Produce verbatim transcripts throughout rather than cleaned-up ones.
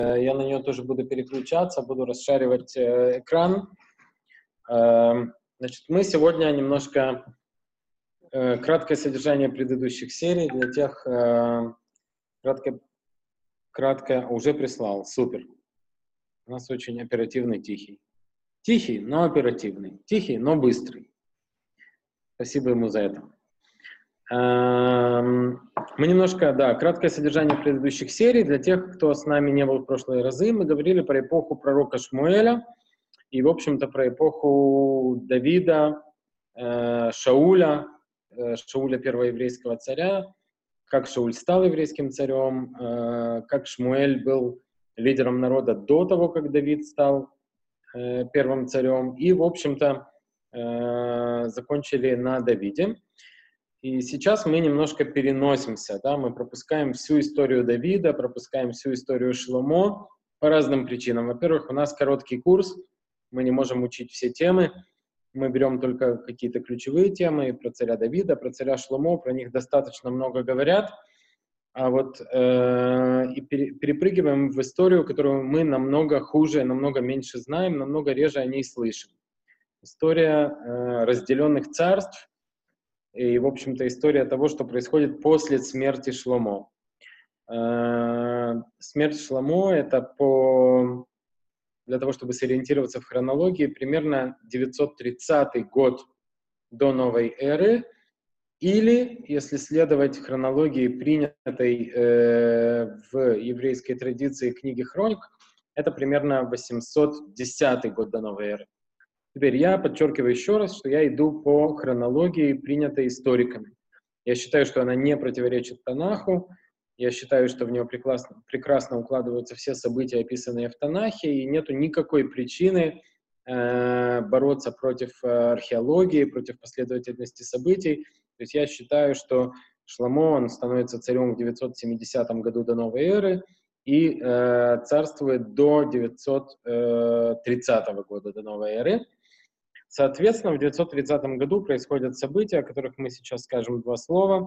Я на нее тоже буду переключаться, буду расшаривать э, экран. Э, значит, мы сегодня немножко э, краткое содержание предыдущих серий для тех, э, краткое, краткое, уже прислал, супер. У нас очень оперативный Тихий. Тихий, но оперативный. Тихий, но быстрый. Спасибо ему за это. Мы немножко, да, краткое содержание предыдущих серий. Для тех, кто с нами не был в прошлые разы, мы говорили про эпоху пророка Шмуэля и, в общем-то, про эпоху Давида, э, Шауля, э, Шауля, первого еврейского царя, как Шауль стал еврейским царем, э, как Шмуэль был лидером народа до того, как Давид стал э, первым царем, и, в общем-то, э, закончили на Давиде. И сейчас мы немножко переносимся, да, мы пропускаем всю историю Давида, пропускаем всю историю Шломо по разным причинам. Во-первых, у нас короткий курс, мы не можем учить все темы, мы берем только какие-то ключевые темы про царя Давида, про царя Шломо, про них достаточно много говорят, а вот э, и пере, перепрыгиваем в историю, которую мы намного хуже, намного меньше знаем, намного реже о ней слышим. История э, разделенных царств, и, в общем-то, история того, что происходит после смерти Шломо. Э, смерть Шломо — это по... для того, чтобы сориентироваться в хронологии, примерно девятьсот тридцатый год до новой эры, или, если следовать хронологии, принятой э, в еврейской традиции книги Хроник, это примерно восемьсот десятый год до новой эры. Теперь я подчеркиваю еще раз, что я иду по хронологии, принятой историками. Я считаю, что она не противоречит Танаху. Я считаю, что в нее прекрасно, прекрасно укладываются все события, описанные в Танахе, и нету никакой причины э, бороться против археологии, против последовательности событий. То есть я считаю, что Шломо, он становится царем в девятьсот семидесятом году до новой эры и э, царствует до девятьсот тридцатого года до новой эры. Соответственно, в девятьсот тридцатом году происходят события, о которых мы сейчас скажем два слова.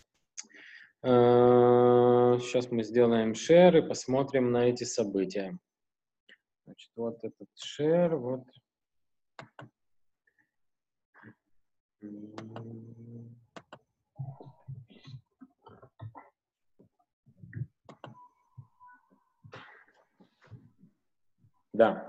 Сейчас мы сделаем share и посмотрим на эти события. Значит, вот этот share, вот. Да.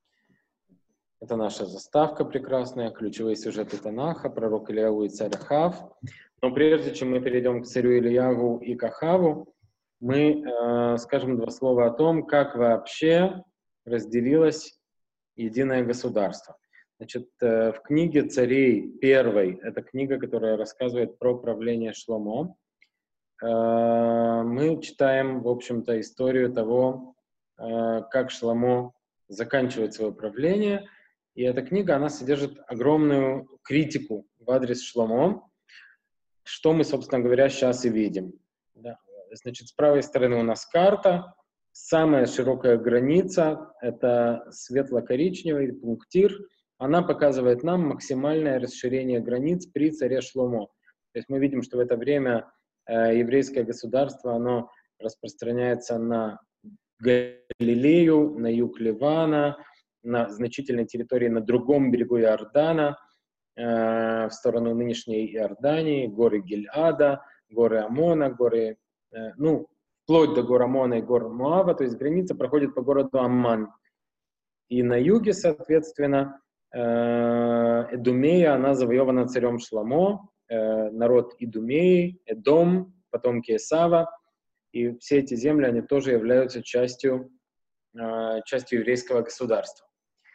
Это наша заставка прекрасная, ключевые сюжеты Танаха, пророк Ильяву и царь Ахав. Но прежде чем мы перейдем к царю Ильяву и к Ахаву, мы э, скажем два слова о том, как вообще разделилось единое государство. Значит, э, в книге «Царей» первой, это книга, которая рассказывает про правление Шломо, э, мы читаем, в общем-то, историю того, э, как Шломо заканчивает свое правление. И эта книга, она содержит огромную критику в адрес Шломо, что мы, собственно говоря, сейчас и видим. Да. Значит, с правой стороны у нас карта, самая широкая граница, это светло-коричневый пунктир, она показывает нам максимальное расширение границ при царе Шломо. То есть мы видим, что в это время э, еврейское государство, оно распространяется на Галилею, на юг Ливана, на значительной территории на другом берегу Иордана, э, в сторону нынешней Иордании, горы Гильада, горы Амона, горы, э, ну, вплоть до гор Амона и гор Моава, то есть граница проходит по городу Амман. И на юге, соответственно, э, Эдумея, она завоевана царем Шломо, э, народ Идумеи, Эдом, потомки Эсава, и все эти земли, они тоже являются частью, э, частью еврейского государства.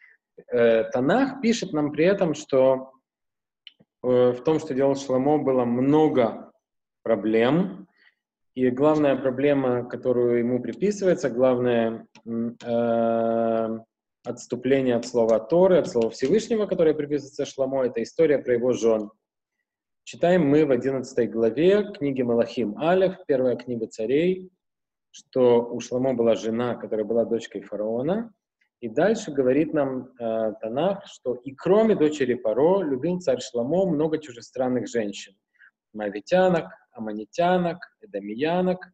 Танах пишет нам при этом, что э, в том, что делал Шломо, было много проблем, и главная проблема, которую ему приписывается, главное э, отступление от слова Торы, от слова Всевышнего, которое приписывается Шломо, это история про его жен. Читаем мы в одиннадцатой главе книги Малахим Алеф, первая книга царей, что у Шломо была жена, которая была дочкой фараона. И дальше говорит нам э, Танах, что и кроме дочери Паро любил царь Шломо много чужестранных женщин. Моавитянок, аммонитянок, эдомиянок. То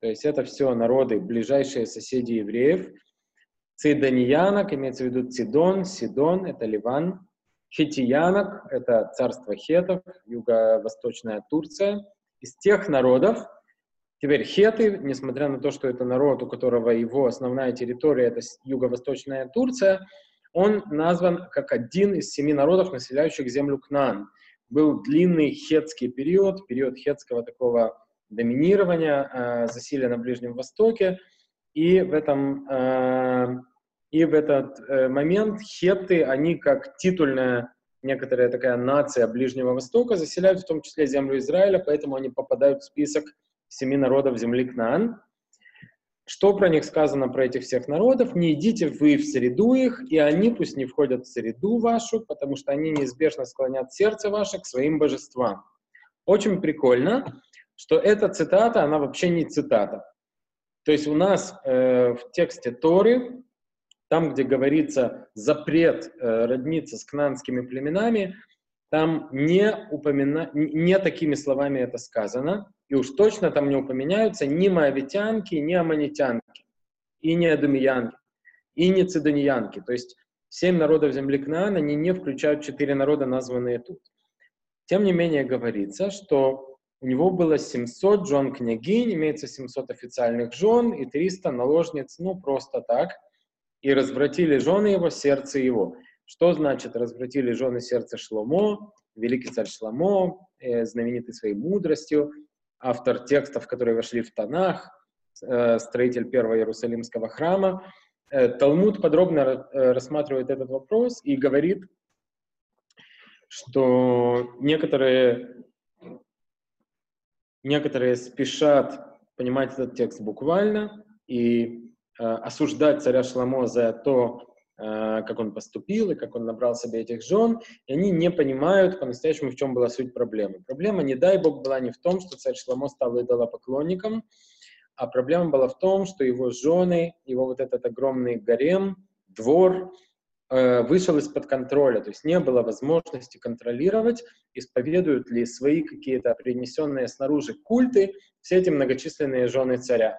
то есть это все народы, ближайшие соседи евреев. Цидониянок, имеется в виду Цидон, Сидон, это Ливан. Хетиянок, это царство хетов, юго-восточная Турция. Из тех народов, теперь хеты, несмотря на то, что это народ, у которого его основная территория, это юго-восточная Турция, он назван как один из семи народов, населяющих землю Кнаан. Был длинный хетский период, период хетского такого доминирования, э, засилия на Ближнем Востоке, и в этом, э, и в этот э, момент хетты, они как титульная некоторая такая нация Ближнего Востока, заселяют в том числе землю Израиля, поэтому они попадают в список семи народов земли Кнаан. Что про них сказано, про этих всех народов? Не идите вы в среду их, и они пусть не входят в среду вашу, потому что они неизбежно склонят сердце ваше к своим божествам. Очень прикольно, что эта цитата, она вообще не цитата. То есть у нас э, в тексте Торы, там, где говорится запрет э, родниться с кнаанскими племенами, там не, упомина... не такими словами это сказано, и уж точно там не упоминаются ни моавитянки, ни аммонитянки, и не эдомиянки, и не цидониянки. То есть семь народов земли Кнаан, они не включают четыре народа, названные тут. Тем не менее говорится, что у него было семьсот жен-княгинь, имеется семьсот официальных жен и триста наложниц, ну просто так, и развратили жены его сердце его. Что значит развратили жены сердце Шломо? Великий царь Шломо, э, знаменитый своей мудростью, автор текстов, которые вошли в Танах, э, строитель первого Иерусалимского храма. Э, Талмуд подробно э, рассматривает этот вопрос и говорит, что некоторые, некоторые спешат понимать этот текст буквально и э, осуждать царя Шломо за то, как он поступил и как он набрал себе этих жен, и они не понимают по-настоящему, в чем была суть проблемы. Проблема, не дай Бог, была не в том, что царь Шломо стал идолопоклонником, а проблема была в том, что его жены, его вот этот огромный гарем, двор, э, вышел из-под контроля, то есть не было возможности контролировать, исповедуют ли свои какие-то принесенные снаружи культы все эти многочисленные жены царя.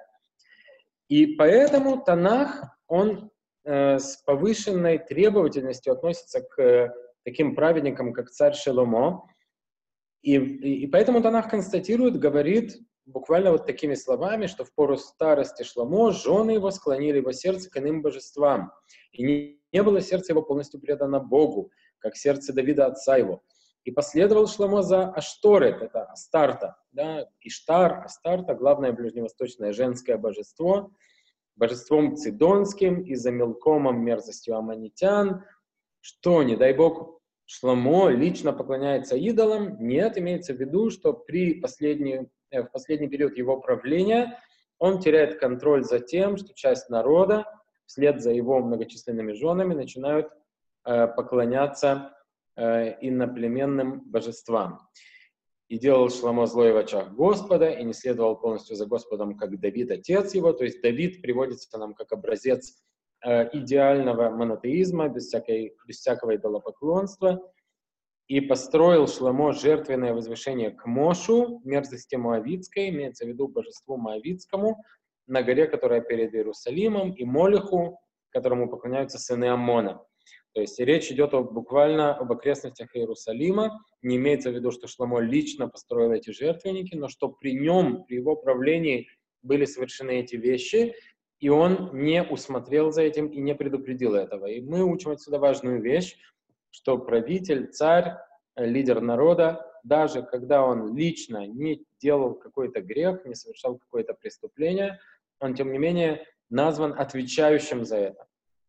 И поэтому Танах, он с повышенной требовательностью относится к таким праведникам, как царь Шломо. И, и, и поэтому Танах констатирует, говорит буквально вот такими словами, что в пору старости Шломо жены его склонили его сердце к иным божествам. И не, не было сердце его полностью предано Богу, как сердце Давида отца его. И последовал Шломо за Ашторет, это Астарта, да, Иштар, Астарта, главное ближневосточное женское божество, божеством цидонским и за мелкомом мерзостью аммонитян, что, не дай Бог, Шломо лично поклоняется идолам. Нет, имеется в виду, что при последний, э, в последний период его правления он теряет контроль за тем, что часть народа вслед за его многочисленными женами начинают э, поклоняться э, иноплеменным божествам. И делал Шломо злое в очах Господа, и не следовал полностью за Господом, как Давид, отец его. То есть Давид приводится нам как образец э, идеального монотеизма, без, всякой, без всякого идолопоклонства. И построил Шломо жертвенное возвышение к Мошу, мерзости Моавитской, имеется в виду божеству Моавитскому, на горе, которая перед Иерусалимом, и Молеху, которому поклоняются сыны Аммона. То есть речь идет о, буквально об окрестностях Иерусалима. Не имеется в виду, что Шломо лично построил эти жертвенники, но что при нем, при его правлении были совершены эти вещи, и он не усмотрел за этим и не предупредил этого. И мы учим отсюда важную вещь, что правитель, царь, лидер народа, даже когда он лично не делал какой-то грех, не совершал какое-то преступление, он, тем не менее, назван отвечающим за это.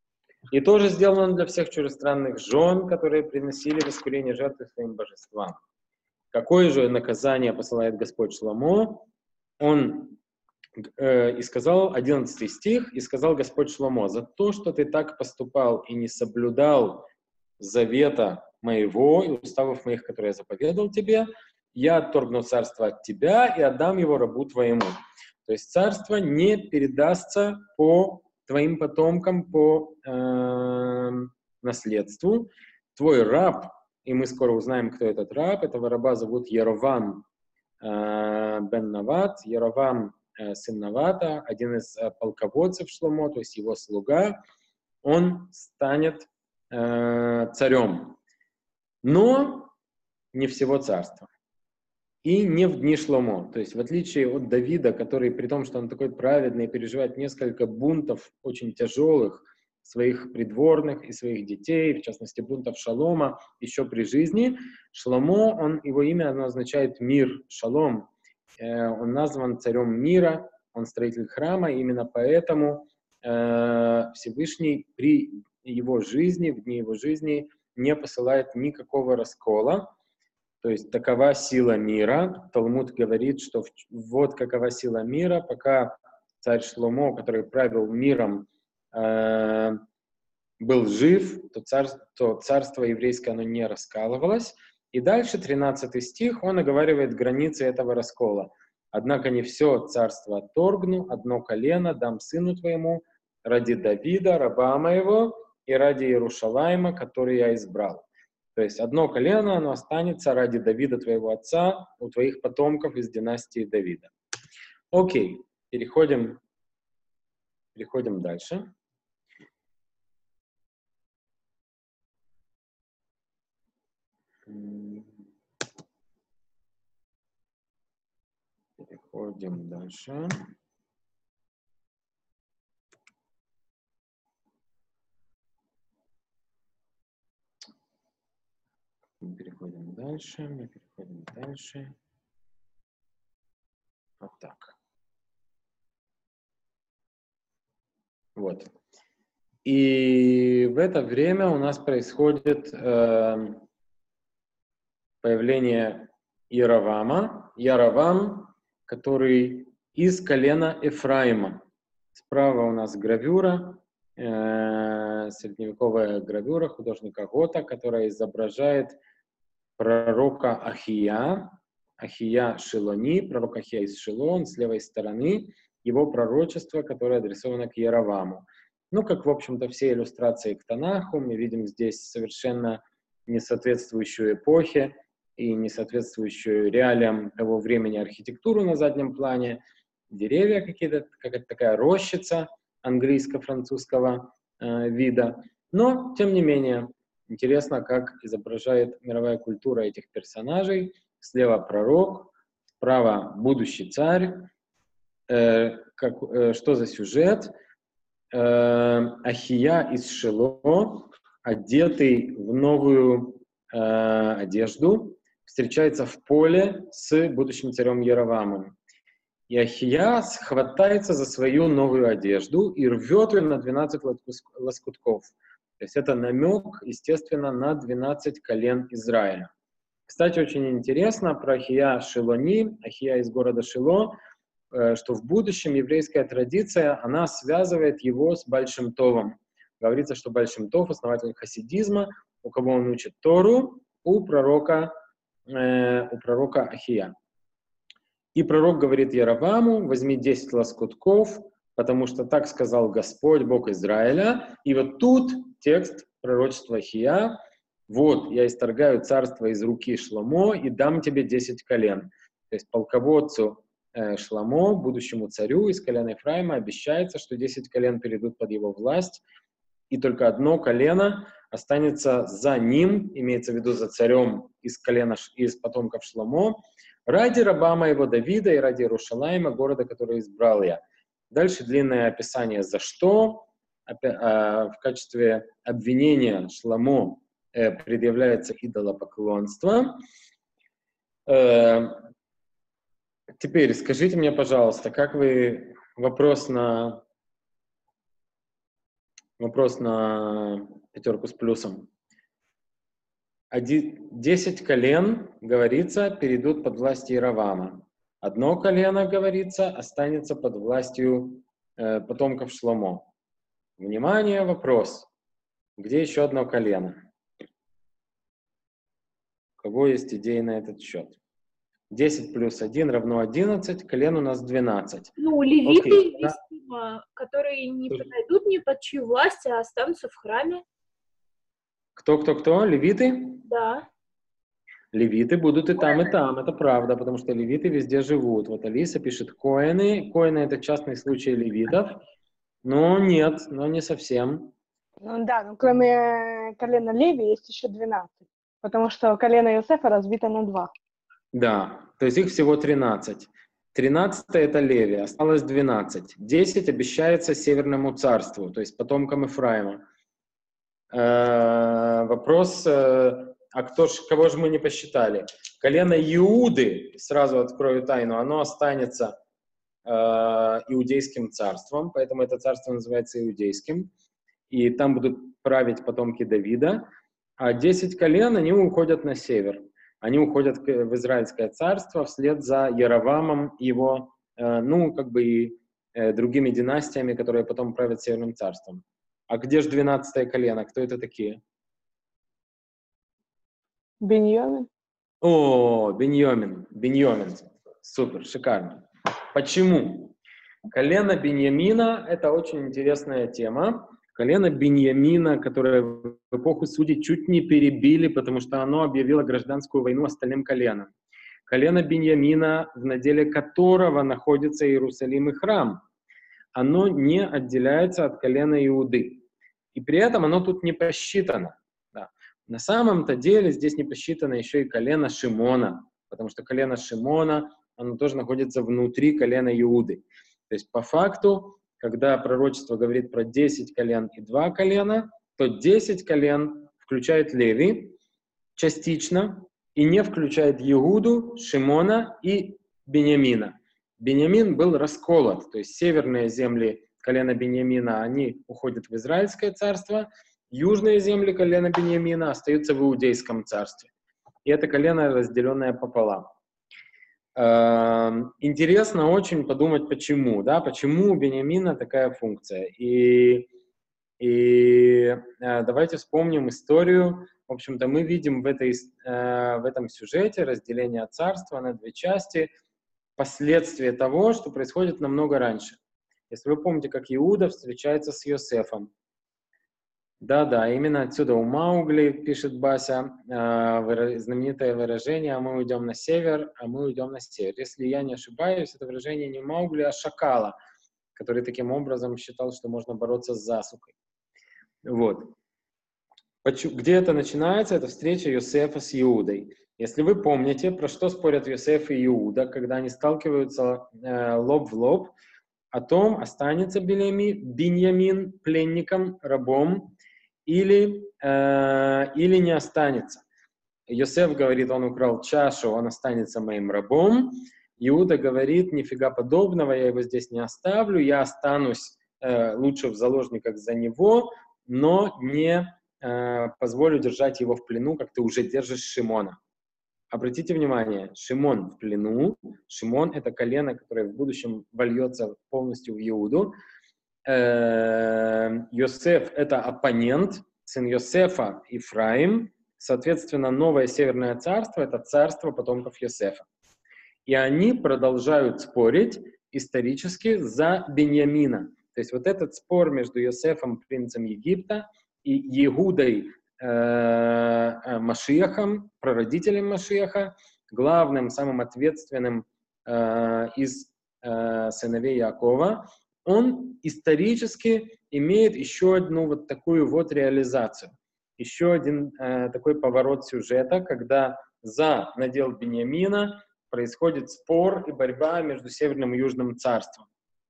И тоже сделано для всех чужестранных жен, которые приносили воскурение жертвы своим божествам. Какое же наказание посылает Господь Шломо? Он э, и сказал, одиннадцатый стих, и сказал Господь Шломо: за то, что ты так поступал и не соблюдал завета моего и уставов моих, которые я заповедал тебе, я отторгну царство от тебя и отдам его рабу твоему. То есть царство не передастся по твоим потомкам по э, наследству. Твой раб, и мы скоро узнаем, кто этот раб, этого раба зовут Яровам э, бен Нават. Яровам э, сын Навата, один из э, полководцев Шломо, то есть его слуга, он станет э, царем. Но не всего царства. И не в дни Шломо. То есть в отличие от Давида, который при том, что он такой праведный, переживает несколько бунтов очень тяжелых своих придворных и своих детей, в частности бунтов Шалома, еще при жизни, Шломо, он, его имя оно означает мир, шалом. Э, он назван царем мира, он строитель храма, и именно поэтому э, Всевышний при его жизни, в дни его жизни не посылает никакого раскола. То есть такова сила мира. Талмуд говорит, что в, вот какова сила мира, пока царь Шломо, который правил миром, э, был жив, то, царь, то царство еврейское оно не раскалывалось. И дальше тринадцатый стих, он оговаривает границы этого раскола. «Однако не все царство отторгну, одно колено дам сыну твоему ради Давида, раба моего, и ради Иерушалайма, который я избрал». То есть одно колено, оно останется ради Давида, твоего отца, у твоих потомков из династии Давида. Окей, переходим, переходим дальше. Переходим дальше. Мы переходим дальше, мы переходим дальше. Вот так. Вот. И в это время у нас происходит э, появление Яровама. Яровам, который из колена Ефраима. Справа у нас гравюра, э, средневековая гравюра художника Гота, которая изображает пророка Ахия, Ахия Шилони, пророк Ахия из Шилон, с левой стороны, его пророчество, которое адресовано к Яроваму. Ну, как, в общем-то, все иллюстрации к Танаху, мы видим здесь совершенно несоответствующую эпохе и несоответствующую реалиям того времени архитектуру на заднем плане, деревья какие-то, какая-то такая рощица английско-французского э, вида. Но, тем не менее, интересно, как изображает мировая культура этих персонажей. Слева пророк, справа будущий царь. Э, как, э, что за сюжет? Э, Ахия из Шило, одетый в новую э, одежду, встречается в поле с будущим царем Яровамом. И Ахия хватается за свою новую одежду и рвет ее на двенадцать лоскутков. То есть это намек, естественно, на двенадцать колен Израиля. Кстати, очень интересно про Ахия Шилони, Ахия из города Шило, что в будущем еврейская традиция, она связывает его с Бааль Шем Товом. Говорится, что Бааль Шем Тов, основатель хасидизма, у кого он учит Тору, у пророка, э, у пророка Ахия. И пророк говорит Яроваму: возьми десять лоскутков, потому что так сказал Господь, Бог Израиля. И вот тут текст пророчества Ахия: вот, я исторгаю царство из руки Шломо и дам тебе десять колен. То есть полководцу э, Шломо, будущему царю из колена Ефраима, обещается, что десять колен перейдут под его власть, и только одно колено останется за ним, имеется в виду за царем из колена, из потомков Шломо, ради раба моего Давида и ради Иерушалайма, города, который избрал я. Дальше длинное описание, за что. В качестве обвинения Шломо предъявляется идолопоклонство. Теперь скажите мне, пожалуйста, как вы... Вопрос на... Вопрос на пятерку с плюсом. Десять колен, говорится, перейдут под власть Яровама. Одно колено, говорится, останется под властью э, потомков Шломо. Внимание, вопрос. Где еще одно колено? У кого есть идеи на этот счет? десять плюс один равно одиннадцать, колен у нас двенадцать. Ну, левиты, Окей. видимо, которые не подойдут ни под чью власть, а останутся в храме. Кто, кто, кто? Левиты? Да. Левиты будут и там, и там, это правда, потому что левиты везде живут. Вот Алиса пишет коэны. Коэны — это частный случай левитов. Но нет, но не совсем. Ну да, ну кроме колена Леви есть еще двенадцать, потому что колено Иосифа разбито на два. Да, то есть их всего тринадцать. тринадцатое — это Леви, осталось двенадцать. десять обещается Северному царству, то есть потомкам Ефраима. Э, вопрос, э, а кто ж, кого же мы не посчитали? Колено Иуды, сразу открою тайну, оно останется э, иудейским царством, поэтому это царство называется иудейским. И там будут править потомки Давида. А десять колен, они уходят на север. Они уходят в Израильское царство вслед за Яровамом, его, э, ну, как бы и э, другими династиями, которые потом правят Северным царством. А где же двенадцатое колено? Кто это такие? Беньямин. О, Беньямин. Беньямин. Супер, шикарно. Почему? Колено Беньямина — это очень интересная тема. Колено Беньямина, которое в эпоху судей чуть не перебили, потому что оно объявило гражданскую войну остальным коленам. Колено Беньямина, в наделе которого находится Иерусалим и храм, оно не отделяется от колена Иуды. И при этом оно тут не посчитано. Да. На самом-то деле здесь не посчитано еще и колено Шимона, потому что колено Шимона, оно тоже находится внутри колена Иуды. То есть по факту, когда пророчество говорит про десять колен и два колена, то десять колен включает Леви частично и не включает Иуду, Шимона и Беньямина. Беньямин был расколот, то есть северные земли колена Беньямина, они уходят в Израильское царство, южные земли колена Беньямина остаются в Иудейском царстве. И это колено, разделенное пополам. Интересно очень подумать, почему, да, почему у Беньямина такая функция. И, и давайте вспомним историю. В общем-то, мы видим в, этой, в этом сюжете разделение царства на две части, последствия того, что происходит намного раньше. Если вы помните, как Иуда встречается с Йосефом. Да-да, именно отсюда у Маугли, пишет Бася, знаменитое выражение «а мы уйдем на север, а мы уйдем на север». Если я не ошибаюсь, это выражение не Маугли, а Шакала, который таким образом считал, что можно бороться с засухой. Вот. Где это начинается? Это встреча Йосефа с Иудой. Если вы помните, про что спорят Йосеф и Иуда, когда они сталкиваются э, лоб в лоб, о том, останется Беньямин пленником, рабом, или, э, или не останется. Йосеф говорит, он украл чашу, он останется моим рабом. Иуда говорит, нифига подобного, я его здесь не оставлю, я останусь э, лучше в заложниках за него, но не э, позволю держать его в плену, как ты уже держишь Шимона. Обратите внимание, Шимон в плену. Шимон — это колено, которое в будущем вольется полностью в Иуду. Йосеф — это оппонент, сын Йосефа — Ифраим. Соответственно, новое Северное царство — это царство потомков Йосефа. И они продолжают спорить исторически за Беньямина. То есть вот этот спор между Йосефом, принцем Египта, и Иудой, э, Машиахом, прародителем Машиаха, главным, самым ответственным э, из э, сыновей Иакова, он исторически имеет еще одну вот такую вот реализацию. Еще один э, такой поворот сюжета, когда за надел Беньямина происходит спор и борьба между Северным и Южным царством.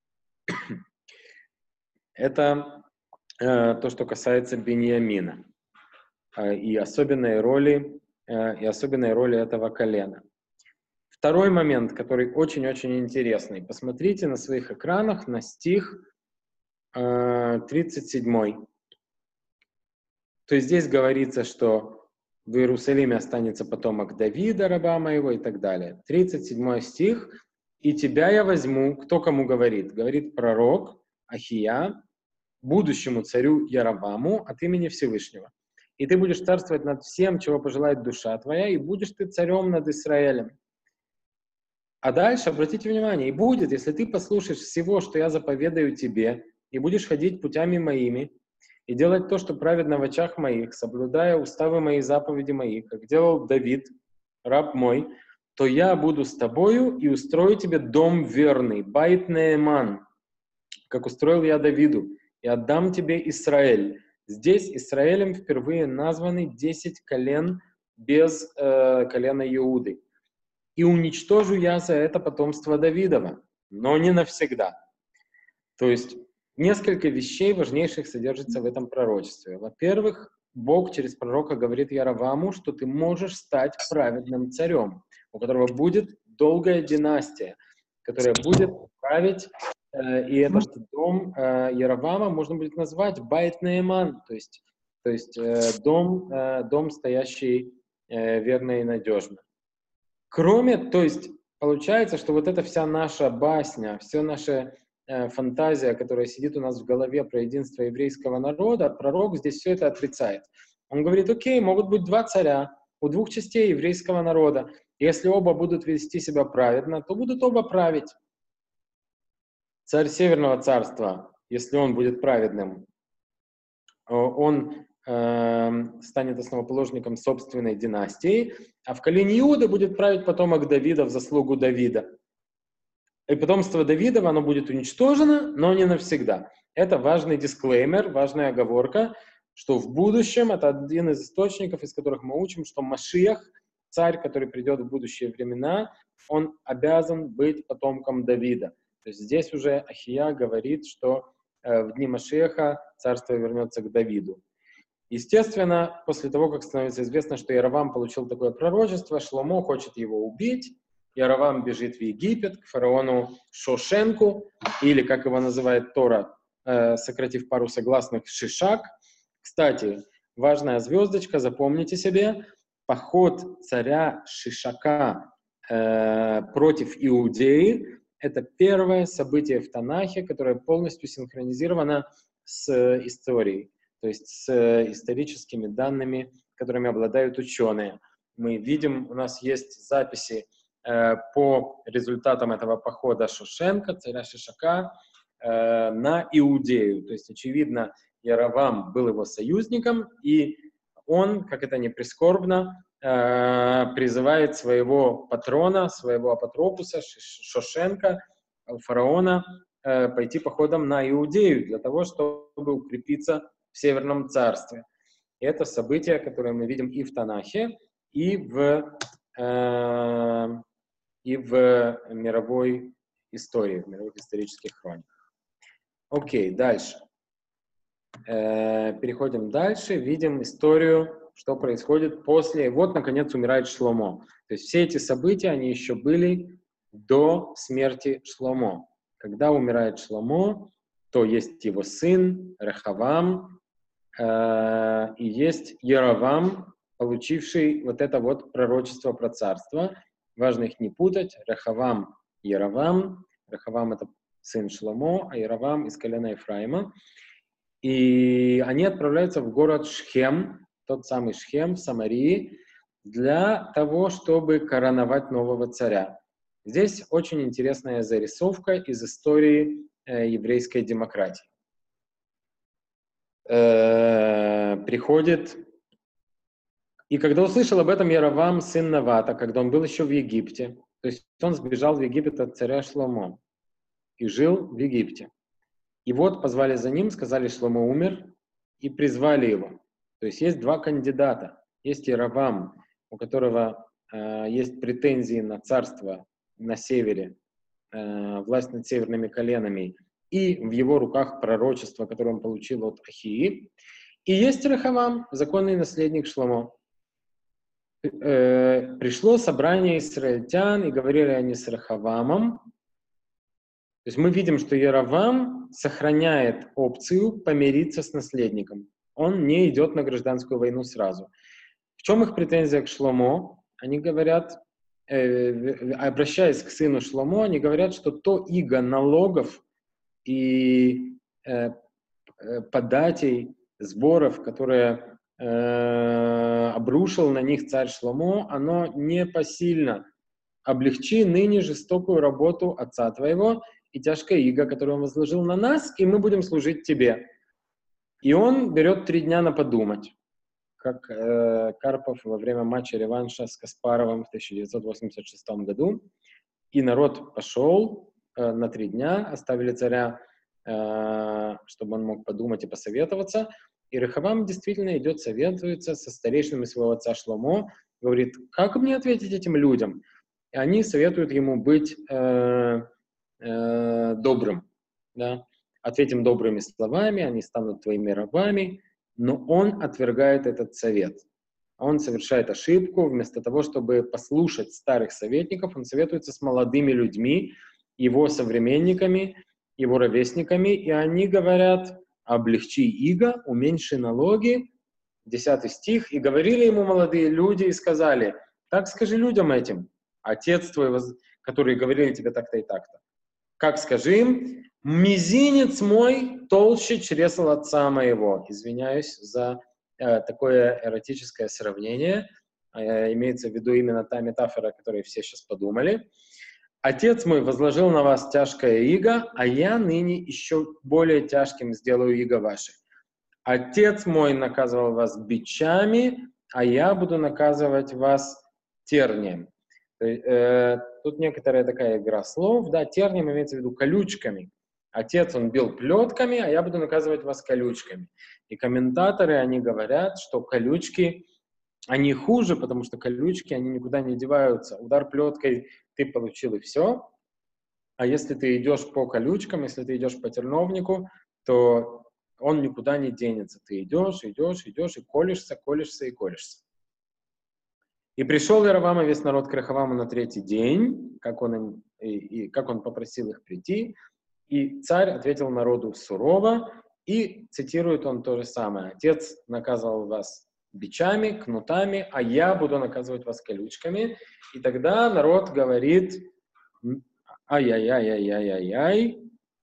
Это э, то, что касается Беньямина э, и особенной роли, э, и особенной роли этого колена. Второй момент, который очень-очень интересный. Посмотрите на своих экранах на стих э, тридцать семь. То есть здесь говорится, что в Иерусалиме останется потомок Давида, раба моего, и так далее. тридцать седьмой стих. «И тебя я возьму». Кто кому говорит? Говорит пророк Ахия будущему царю Яроваму от имени Всевышнего. «И ты будешь царствовать над всем, чего пожелает душа твоя, и будешь ты царем над Израилем». А дальше, обратите внимание, «И будет, если ты послушаешь всего, что я заповедаю тебе, и будешь ходить путями моими, и делать то, что праведно в очах моих, соблюдая уставы мои, заповеди мои, как делал Давид, раб мой, то я буду с тобою и устрою тебе дом верный, байт неэман, как устроил я Давиду, и отдам тебе Израиль». Здесь Израилем впервые названы десять колен без э, колена Иуды. «И уничтожу я за это потомство Давидова, но не навсегда». То есть несколько вещей важнейших содержится в этом пророчестве. Во-первых, Бог через пророка говорит Яроваму, что ты можешь стать праведным царем, у которого будет долгая династия, которая будет править, э, и этот дом э, Яровама можно будет назвать Байт Неэман, то есть, то есть э, дом, э, дом, стоящий э, верно и надежно. Кроме, то есть получается, что вот эта вся наша басня, вся наша э, фантазия, которая сидит у нас в голове про единство еврейского народа, пророк здесь все это отрицает. Он говорит: окей, могут быть два царя у двух частей еврейского народа. Если оба будут вести себя праведно, то будут оба править. Царь Северного царства, если он будет праведным, он станет основоположником собственной династии, а в колене Иуды будет править потомок Давида в заслугу Давида. И потомство Давидова, оно будет уничтожено, но не навсегда. Это важный дисклеймер, важная оговорка, что в будущем, это один из источников, из которых мы учим, что Машиах, царь, который придет в будущие времена, он обязан быть потомком Давида. То есть здесь уже Ахия говорит, что э, в дни Машиаха царство вернется к Давиду. Естественно, после того, как становится известно, что Яровам получил такое пророчество, Шломо хочет его убить. Яровам бежит в Египет к фараону Шошенку, или, как его называет Тора, э, сократив пару согласных, Шишак. Кстати, важная звездочка, запомните себе, поход царя Шишака э, против Иудеи — это первое событие в Танахе, которое полностью синхронизировано с историей. То есть с историческими данными, которыми обладают ученые. Мы видим, у нас есть записи э, по результатам этого похода Шошенка, царя Шишака, э, на Иудею. То есть, очевидно, Яровам был его союзником, и он, как это ни прискорбно, э, призывает своего патрона, своего апотропуса Шошенка, фараона, э, пойти походом на Иудею для того, чтобы укрепиться в Северном царстве. И это событие, которое мы видим и в Танахе, и в, э, и в мировой истории, в мировых исторических хрониках. Окей, дальше. Э, переходим дальше, видим историю, что происходит после. Вот, наконец, умирает Шломо. То есть все эти события, они еще были до смерти Шломо. Когда умирает Шломо, то есть его сын Рехавам, Uh, и есть Яровам, получивший вот это вот пророчество про царство. Важно их не путать. Рехавам, Яровам. Рехавам — это сын Шломо, а Яровам из колена Ефраима. И они отправляются в город Шхем, тот самый Шхем в Самарии, для того, чтобы короновать нового царя. Здесь очень интересная зарисовка из истории э, еврейской демократии. Приходит, и когда услышал об этом Яровам, сын Навата, когда он был еще в Египте, то есть он сбежал в Египет от царя Шломо и жил в Египте. И вот позвали за ним, сказали: Шломо умер, и призвали его. То есть есть два кандидата. Есть Яровам, у которого э, есть претензии на царство на севере, э, власть над северными коленами, и в его руках пророчество, которое он получил от Ахии. И есть Рехавам, законный наследник Шломо. Э, пришло собрание израильтян, и говорили они с Рехавамом. То есть мы видим, что Яровам сохраняет опцию помириться с наследником. Он не идет на гражданскую войну сразу. В чем их претензия к Шломо? Они говорят, э, обращаясь к сыну Шломо, они говорят, что то иго налогов и э, податей, сборов, которые э, обрушил на них царь Шломо, оно непосильно. Облегчи ныне жестокую работу отца твоего и тяжкое иго, которое он возложил на нас, и мы будем служить тебе. И он берет три дня на подумать. как э, Карпов во время матча-реванша с Каспаровым в тысяча девятьсот восемьдесят шестом году. И народ пошел э, на три дня, оставили царя, э, чтобы он мог подумать и посоветоваться. И Рехавам действительно идет, советуется со старейшинами своего отца Шломо, говорит, как мне ответить этим людям? И они советуют ему быть э, э, добрым. Да? Ответим добрыми словами, они станут твоими рабами. Но он отвергает этот совет. Он совершает ошибку. Вместо того, чтобы послушать старых советников, он советуется с молодыми людьми, его современниками, его ровесниками, и они говорят, облегчи иго, уменьши налоги, десятый стих, и говорили ему молодые люди и сказали, так скажи людям этим, отец твой, который говорил тебе так-то и так-то. Как скажи им, мизинец мой толще чресла отца моего. Извиняюсь за э, такое эротическое сравнение. Э, имеется в виду именно та метафора, о которой все сейчас подумали. Отец мой возложил на вас тяжкое иго, а я ныне еще более тяжким сделаю иго ваше. Отец мой наказывал вас бичами, а я буду наказывать вас тернием. Э, тут некоторая такая игра слов, да, тернием имеется в виду колючками. Отец, он бил плетками, а я буду наказывать вас колючками. И комментаторы, они говорят, что колючки, они хуже, потому что колючки, они никуда не деваются. Удар плеткой ты получил и все. А если ты идешь по колючкам, если ты идешь по терновнику, то он никуда не денется. Ты идешь, идешь, идешь и колешься, колешься и колешься. И пришел Яровам и весь народ к Рехаваму на третий день, как он, им, и, и, как он попросил их прийти. И царь ответил народу сурово, и цитирует он то же самое. Отец наказывал вас бичами, кнутами, а я буду наказывать вас колючками. И тогда народ говорит, ай-яй-яй-яй-яй-яй.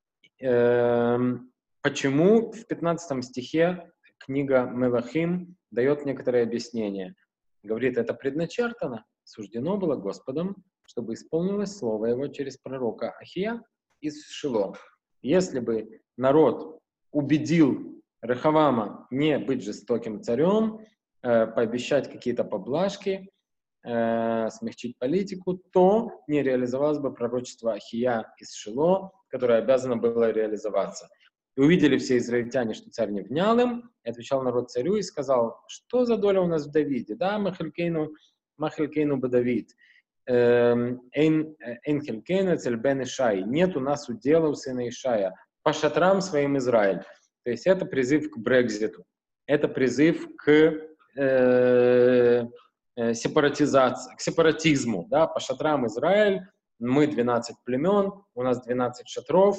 Эм, почему в пятнадцатом стихе книга Мелахим дает некоторое объяснение? Говорит, это предначертано, суждено было Господом, чтобы исполнилось слово его через пророка Ахия из Шило. Если бы народ убедил Рехавама не быть жестоким царем, э, пообещать какие-то поблажки, э, смягчить политику, то не реализовалось бы пророчество Ахия из Шило, которое обязано было реализоваться. И увидели все израильтяне, что царь не внял им, и отвечал народ царю и сказал, что за доля у нас в Давиде? Да, махалькейну, махалькейну бы Давид. Эйн хелькейну цель бен Ишай. Нет у нас удела у сына Ишая. По шатрам своим Израиль. То есть это призыв к Брекзиту. Это призыв к э, э, сепаратизации, к сепаратизму. Да? По шатрам Израиль. Мы двенадцать племен, у нас двенадцать шатров.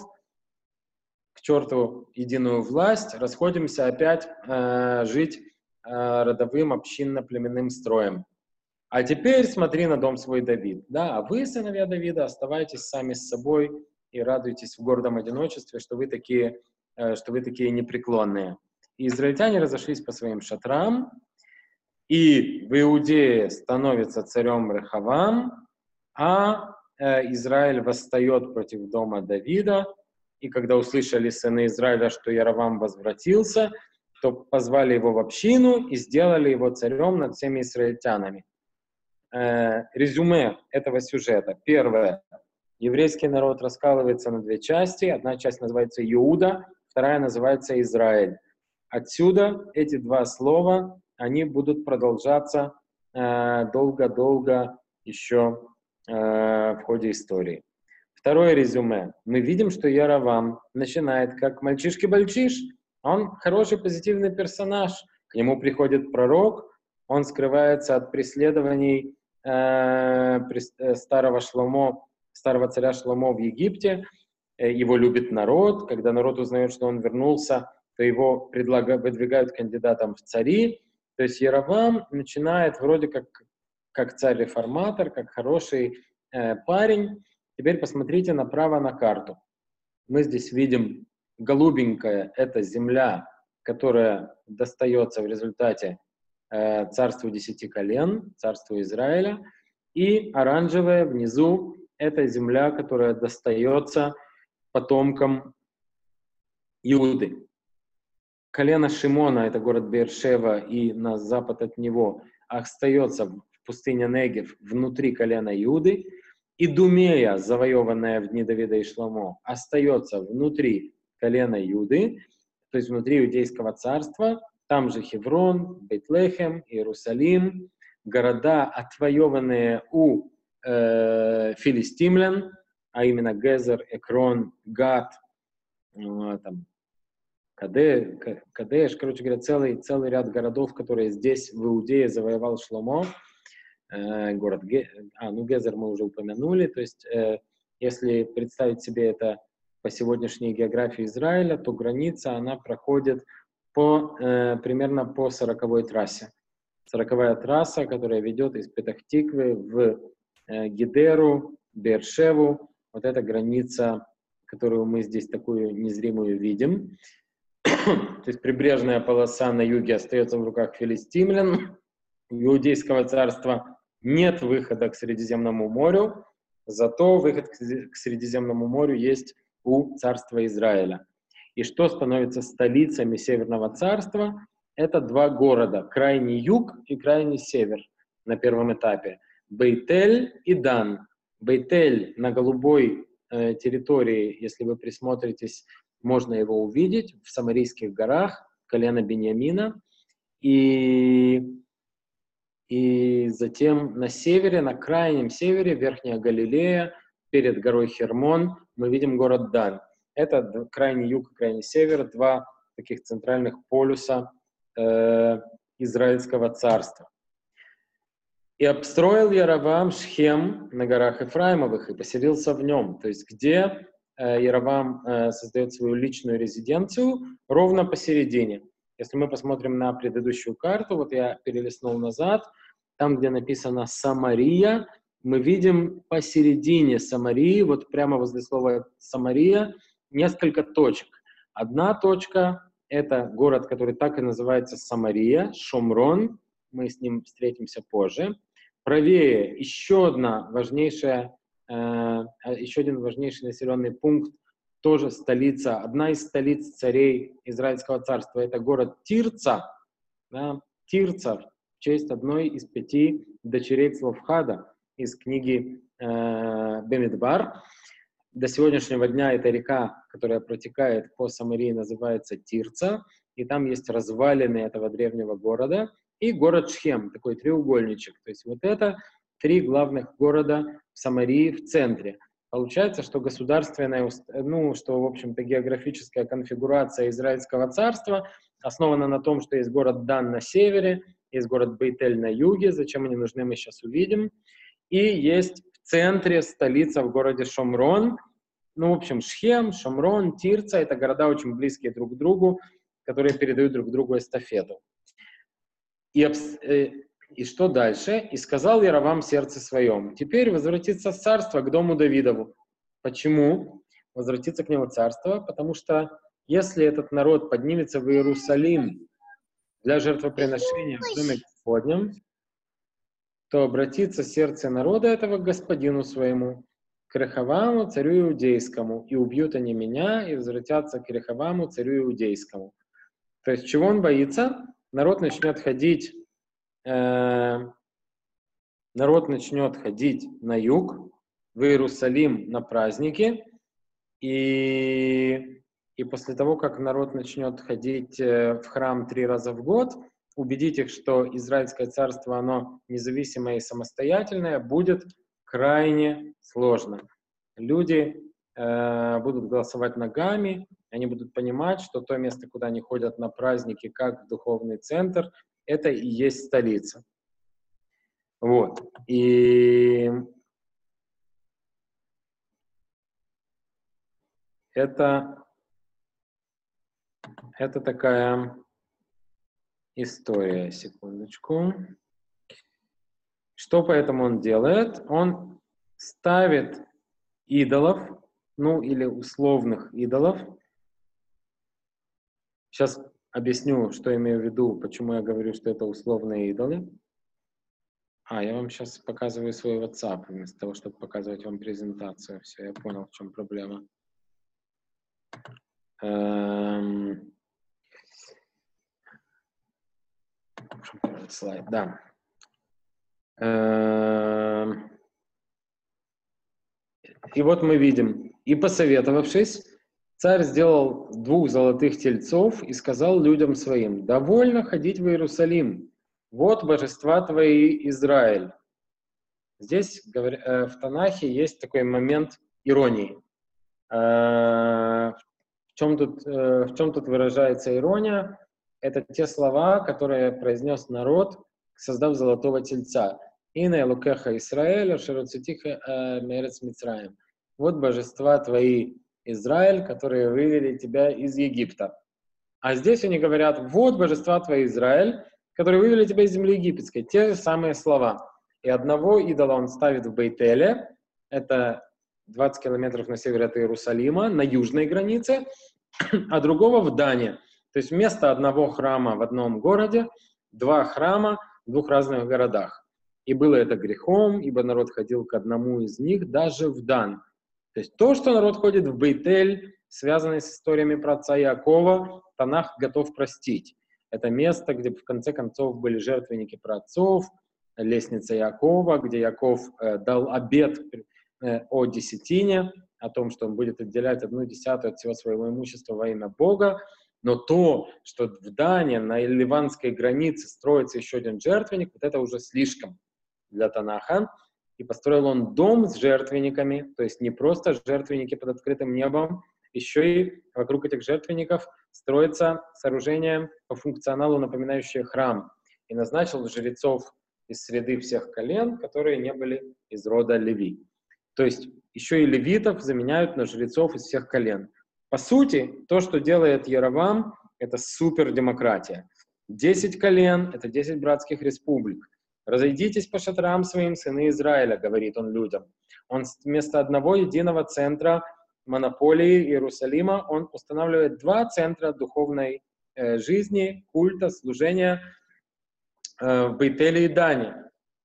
К черту единую власть, расходимся опять э, жить э, родовым общинно-племенным строем. А теперь смотри на дом свой Давид. Да, а вы, сыновья Давида, оставайтесь сами с собой и радуйтесь в гордом одиночестве, что вы такие, э, что вы такие непреклонные. И израильтяне разошлись по своим шатрам, и в Иудее становится царем Рехавам, а э, Израиль восстает против дома Давида. И когда услышали сыны Израиля, что Яровам возвратился, то позвали его в общину и сделали его царем над всеми израильтянами. Э, резюме этого сюжета. Первое. Еврейский народ раскалывается на две части. Одна часть называется Иуда, вторая называется Израиль. Отсюда эти два слова, они будут продолжаться э, долго-долго еще э, в ходе истории. Второе резюме. Мы видим, что Яровам начинает как мальчишки-бальчиш. Он хороший, позитивный персонаж. К нему приходит пророк, он скрывается от преследований э, старого Шломо, старого царя Шломо в Египте. Его любит народ. Когда народ узнает, что он вернулся, то его предлагают, выдвигают кандидатом в цари. То есть Яровам начинает вроде как, как царь-реформатор, как хороший э, парень. Теперь посмотрите направо на карту. Мы здесь видим голубенькая, это земля, которая достается в результате э, царству десяти колен, царству Израиля. И оранжевая внизу это земля, которая достается потомкам Иуды. колено Шимона, это город Беэр-Шева, и на запад от него остается в пустыне Негев внутри колена Иуды. Идумея, завоеванная в дни Давида и Шломо, остается внутри колена Иуды, то есть внутри Иудейского царства. Там же Хеврон, Бейтлехем, Иерусалим, города, отвоеванные у э, филистимлян, а именно Гезер, Экрон, Гат, э, там, Каде, Кадеш, короче говоря, целый, целый ряд городов, которые здесь, в Иудее, завоевал Шломо. Э, город Ге... А, ну Гезер мы уже упомянули. То есть, э, если представить себе это по сегодняшней географии Израиля, то граница, она проходит по, э, примерно по сороковой трассе. Сороковая трасса, которая ведет из Петах-Тиквы в э, Гедеру, Беэр-Шеву. Вот эта граница, которую мы здесь такую незримую видим. То есть прибрежная полоса на юге остается в руках филистимлян. У Иудейского царства нет выхода к Средиземному морю, зато выход к Средиземному морю есть у царства Израиля. И что становится столицами Северного царства? Это два города, крайний юг и крайний север на первом этапе. Бейтель и Дан. Бейтель на голубой э, территории, если вы присмотритесь, можно его увидеть в Самарийских горах, колено Беньямина. И, и затем на севере, на крайнем севере, Верхняя Галилея, перед горой Хермон, мы видим город Дан. Это крайний юг и крайний север, два таких центральных полюса э, Израильского царства. И обстроил Яровам Шхем на горах Ефраимовых и поселился в нем. То есть где э, Яровам э, создает свою личную резиденцию, ровно посередине. Если мы посмотрим на предыдущую карту, вот я перелистнул назад, там, где написано «Самария», мы видим посередине Самарии, вот прямо возле слова «Самария», несколько точек. Одна точка — это город, который так и называется Самария, Шомрон, мы с ним встретимся позже. Правее еще одна важнейшая, э, еще один важнейший населенный пункт, тоже столица, одна из столиц царей Израильского царства, это город Тирца, да, Тирца, в честь одной из пяти дочерей Цлофхада из книги э, Бемидбар. До сегодняшнего дня эта река, которая протекает по Самарии, называется Тирца, и там есть развалины этого древнего города, и город Шхем, такой треугольничек. То есть вот это три главных города в Самарии в центре. Получается, что государственная, ну, что, в общем-то, географическая конфигурация Израильского царства основана на том, что есть город Дан на севере, есть город Бейтель на юге, зачем они нужны, мы сейчас увидим, и есть в центре столица в городе Шомрон. Ну, в общем, Шхем, Шомрон, Тирца — это города очень близкие друг к другу, которые передают друг другу эстафету. И, э, и что дальше? «И сказал Яровам в сердце своем: теперь возвратиться в царство к дому Давидову». Почему возвратиться к нему царство? Потому что если этот народ поднимется в Иерусалим для жертвоприношения в доме Господнем, то обратится сердце народа этого к господину своему, к Рехаваму, царю иудейскому, и убьют они меня, и возвратятся к Рехаваму, царю иудейскому. То есть чего он боится? Народ начнет ходить, э, народ начнет ходить на юг, в Иерусалим на праздники, и, и после того, как народ начнет ходить в храм три раза в год, убедить их, что Израильское царство, оно независимое и самостоятельное, будет крайне сложно. Люди э, будут голосовать ногами, они будут понимать, что то место, куда они ходят на праздники, как в духовный центр, это и есть столица. Вот. И это, это такая история. Секундочку. Что поэтому он делает? Он ставит идолов, ну или условных идолов. Сейчас объясню, что имею в виду, почему я говорю, что это условные идолы. А, я вам сейчас показываю свой WhatsApp, вместо того, чтобы показывать вам презентацию. Все, я понял, в чем проблема. Эм... этот слайд, да. Эм, И вот мы видим, и посоветовавшись, царь сделал двух золотых тельцов и сказал людям своим: «Довольно ходить в Иерусалим, вот божества твои, Израиль». Здесь говоря- э, в Танахе есть такой момент иронии. Э, В чем тут, э, в чем тут выражается ирония? Это те слова, которые произнес народ, создав золотого тельца. «Ине элокеха Исраэль, шероцитиха мерец Мицраим». Вот божества твои, Израиль, которые вывели тебя из Египта. А здесь они говорят: вот божества твои, Израиль, которые вывели тебя из земли египетской. Те же самые слова. И одного идола он ставит в Бейтеле, это двадцать километров на север от Иерусалима, на южной границе, а другого в Дане. То есть вместо одного храма в одном городе, два храма в двух разных городах. И было это грехом, ибо народ ходил к одному из них, даже в Дан. То есть то, что народ ходит в Бейтель, связанное с историями про отца Иакова, Танах готов простить. Это место, где в конце концов были жертвенники праотцов, лестница Иакова, где Иаков э, дал обет э, о десятине, о том, что он будет отделять одну десятую от всего своего имущества во имя Бога. Но то, что в Дане, на ливанской границе, строится еще один жертвенник, вот это уже слишком для Танаха. И построил он дом с жертвенниками, то есть не просто жертвенники под открытым небом, еще и вокруг этих жертвенников строится сооружение по функционалу, напоминающее храм. И назначил жрецов из среды всех колен, которые не были из рода Леви. То есть еще и левитов заменяют на жрецов из всех колен. По сути, то, что делает Яровам, это супердемократия. Десять колен — это десять братских республик. «Разойдитесь по шатрам своим, сыны Израиля», — говорит он людям. Он вместо одного единого центра монополии Иерусалима, он устанавливает два центра духовной э, жизни, культа, служения э, в Бейтеле и Дане.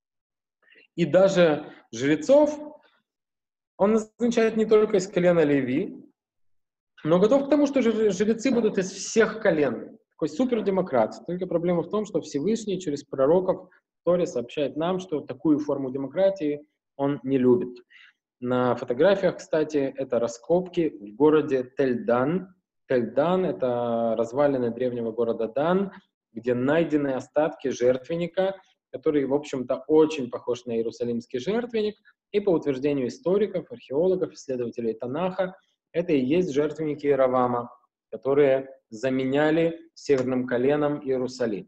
И даже жрецов он назначает не только из колена Леви, но готов к тому, что жрецы будут из всех колен. Такой супердемократ. Только проблема в том, что Всевышний через пророков в Торе сообщает нам, что такую форму демократии он не любит. На фотографиях, кстати, это раскопки в городе Тель-Дан. Тель-Дан — это развалины древнего города Дан, где найдены остатки жертвенника, который, в общем-то, очень похож на Иерусалимский жертвенник. И по утверждению историков, археологов, исследователей Танаха, это и есть жертвенники Яровама, которые заменяли северным коленом Иерусалим.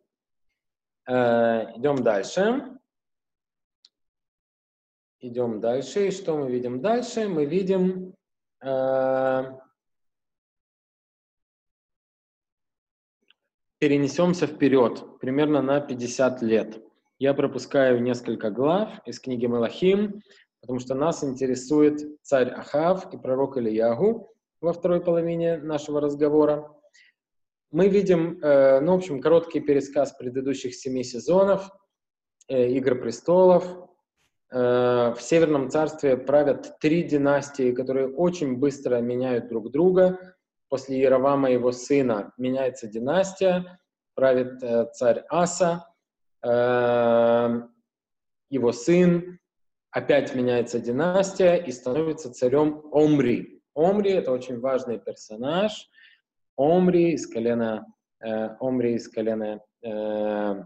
Э, идем дальше. Идем дальше. И что мы видим дальше? Мы видим... Э, перенесемся вперед, примерно на пятьдесят лет. Я пропускаю несколько глав из книги Мелахим, потому что нас интересует царь Ахав и пророк Илиягу во второй половине нашего разговора. Мы видим, э, ну, в общем, короткий пересказ предыдущих семи сезонов э, «Игр престолов». Э, в Северном царстве правят три династии, которые очень быстро меняют друг друга. После Яровама и его сына меняется династия, правит э, царь Аса, э, его сын, опять меняется династия и становится царем Омри. Омри — это очень важный персонаж. Омри из колена, э, Омри из колена, э,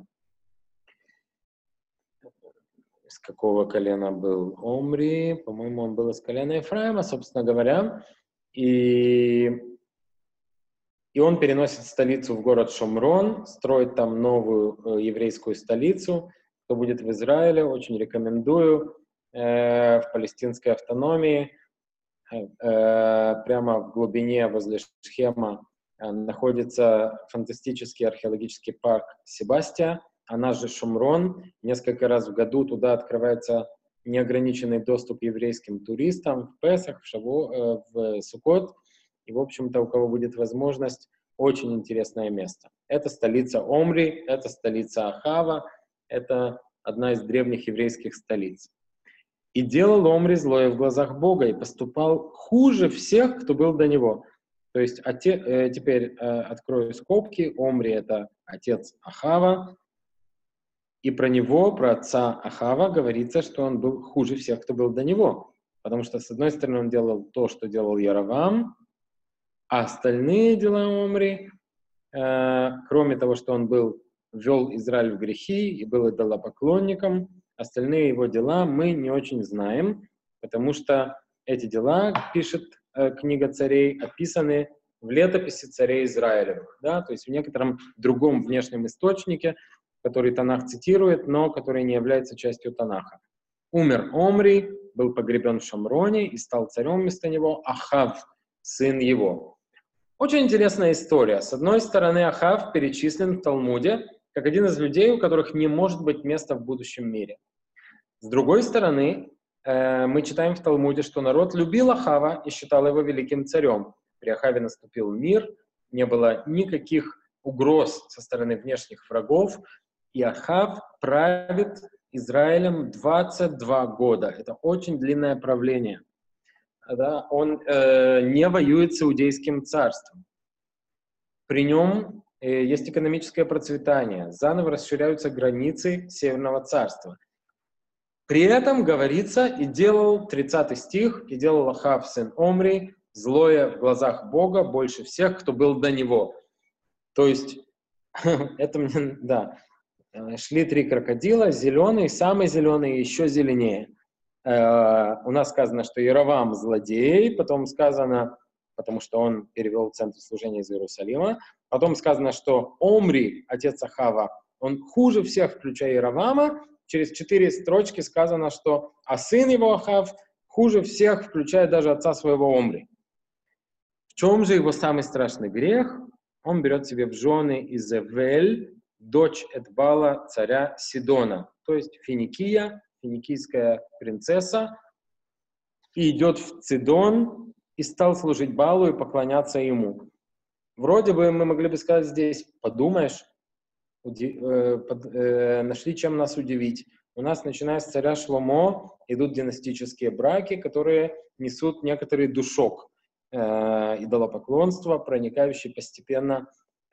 из какого колена был Омри? По-моему, он был из колена Ефраима, собственно говоря. И, и он переносит столицу в город Шомрон, строит там новую э, еврейскую столицу. Кто будет в Израиле, очень рекомендую. Э, в палестинской автономии, э, прямо в глубине возле Шхема, э, находится фантастический археологический парк Себастья, она же Шумрон. Несколько раз в году туда открывается неограниченный доступ еврейским туристам в Песах, в, Шаву, э, в Суккот. И, в общем-то, у кого будет возможность, очень интересное место. Это столица Омри, это столица Ахава, это одна из древних еврейских столиц. «И делал Омри злое в глазах Бога, и поступал хуже всех, кто был до него». То есть оте, э, теперь э, открою скобки. Омри — это отец Ахава. И про него, про отца Ахава, говорится, что он был хуже всех, кто был до него. Потому что, с одной стороны, он делал то, что делал Яровам, а остальные дела Омри, э, кроме того, что он был, ввел Израиль в грехи и был идолопоклонником, остальные его дела мы не очень знаем, потому что эти дела, пишет э, книга царей, описаны в летописи царей Израилевых, да, то есть в некотором другом внешнем источнике, который Танах цитирует, но который не является частью Танаха. Умер Омри, был погребен в Шамроне и стал царем вместо него Ахав, сын его. Очень интересная история. С одной стороны, Ахав перечислен в Талмуде как один из людей, у которых не может быть места в будущем мире. С другой стороны, э, мы читаем в Талмуде, что народ любил Ахава и считал его великим царем. При Ахаве наступил мир, не было никаких угроз со стороны внешних врагов, и Ахав правит Израилем двадцать два года. Это очень длинное правление. Да? Он э, не воюет с Иудейским царством. При нем э, есть экономическое процветание. Заново расширяются границы Северного царства. При этом говорится, и делал, тридцатый стих, и делал Ахав, сын Омри, злое в глазах Бога больше всех, кто был до него. То есть, это мне, да, шли три крокодила, зеленый, самый зеленый, еще зеленее. Э, у нас сказано, что Яровам злодей, потом сказано, потому что он перевел центр служения из Иерусалима, потом сказано, что Омри, отец Ахава, он хуже всех, включая Яровама. Через четыре строчки сказано, что а сын его Ахав хуже всех, включая даже отца своего Омри. В чем же его самый страшный грех? Он берет себе в жены Изевель, дочь Эдбала, царя Сидона, то есть Финикия, финикийская принцесса, и идет в Цидон и стал служить Балу и поклоняться ему. Вроде бы мы могли бы сказать здесь, подумаешь, уди, э, под, э, нашли чем нас удивить. У нас, начиная с царя Шломо, идут династические браки, которые несут некоторый душок э, идолопоклонства, проникающий постепенно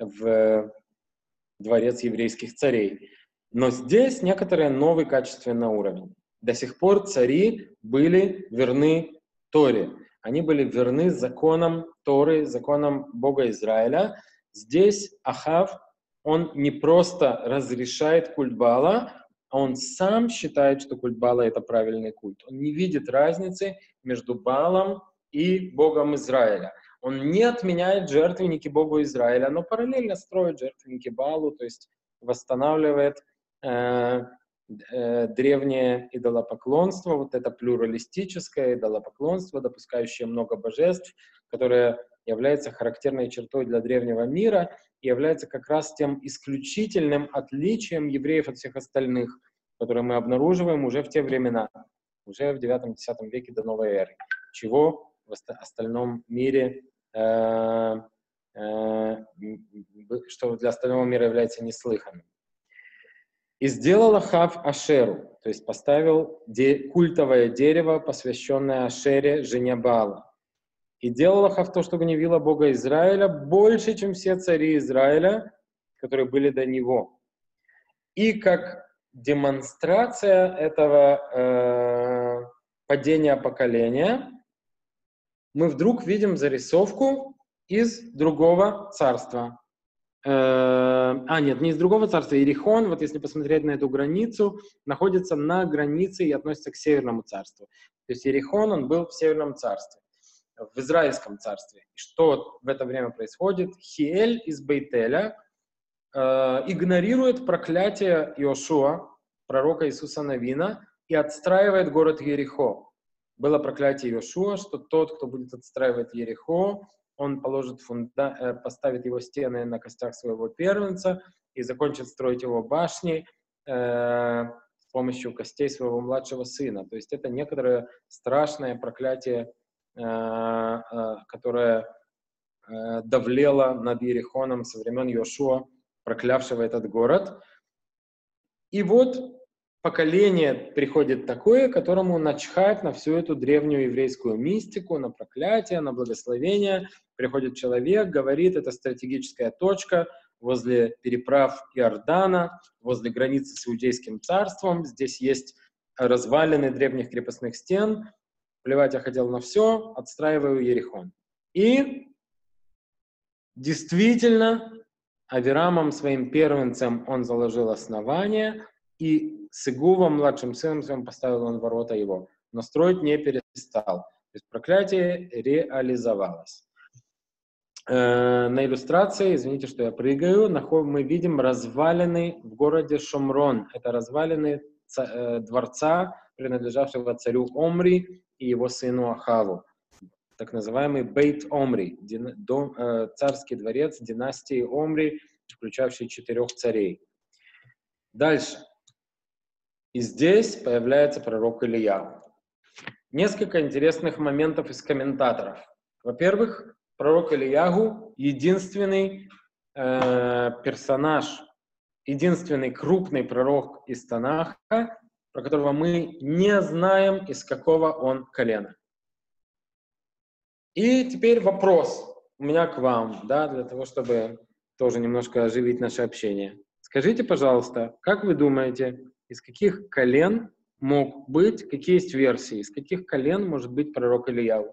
в дворец еврейских царей. Но здесь некоторый новый качественный уровень. До сих пор цари были верны Торе. Они были верны законам Торы, законам Бога Израиля. Здесь Ахав, он не просто разрешает культ Баала, а он сам считает, что культ Баала — это правильный культ. Он не видит разницы между Баалом и Богом Израиля. Он не отменяет жертвенники Богу Израиля, но параллельно строит жертвенники Баалу, то есть восстанавливает э, э, древнее идолопоклонство, вот это плюралистическое идолопоклонство, допускающее много божеств, которое является характерной чертой для древнего мира и является как раз тем исключительным отличием евреев от всех остальных, которые мы обнаруживаем уже в те времена, уже в девятом-десятом веке до новой эры, чего в остальном мире, э, э, что для остального мира является неслыханным. «И сделал Ахав Ашеру», то есть поставил де- культовое дерево, посвященное Ашере, жене Баала. «И делал Ахав то, что гневило Бога Израиля, больше, чем все цари Израиля, которые были до него». И как демонстрация этого э, падения поколения, мы вдруг видим зарисовку из другого царства. Э, а, нет, не из другого царства. Иерихон, вот если посмотреть на эту границу, находится на границе и относится к Северному царству. То есть Иерихон, он был в Северном царстве, в Израильском царстве. И что в это время происходит? Хиэль из Бейтеля э, игнорирует проклятие Иошуа, пророка Иисуса Навина, и отстраивает город Иерихо. Было проклятие Иошуа, что тот, кто будет отстраивать Иерихо, он положит фунда, э, поставит его стены на костях своего первенца и закончит строить его башни э, с помощью костей своего младшего сына. То есть это некоторое страшное проклятие, э, э, которое э, давлело над Иерихоном со времен Иошуа, проклявшего этот город. И вот поколение приходит такое, которому начхать на всю эту древнюю еврейскую мистику, на проклятие, на благословение. Приходит человек, говорит, это стратегическая точка, возле переправ Иордана, возле границы с Иудейским царством. Здесь есть развалины древних крепостных стен. Плевать я хотел на все, отстраиваю Ерихон. И действительно, Авирамом, своим первенцем, он заложил основание, и с Игувом, младшим сыном своим, поставил он ворота его. Но строить не перестал. То есть проклятие реализовалось. Э, на иллюстрации, извините, что я прыгаю, мы видим развалины в городе Шомрон. Это развалины ца- э, дворца, принадлежавшего царю Омри и его сыну Ахаву. Так называемый Бейт Омри, дин, дом, э, царский дворец династии Омри, включавший четырех царей. Дальше. И здесь появляется пророк Илья. Несколько интересных моментов из комментаторов. Во-первых, пророк Ильягу единственный э, персонаж, единственный крупный пророк из Танаха, про которого мы не знаем, из какого он колена. И теперь вопрос у меня к вам, да, для того, чтобы тоже немножко оживить наше общение. Скажите, пожалуйста, как вы думаете, из каких колен мог быть, какие есть версии, из каких колен может быть пророк Ильяу?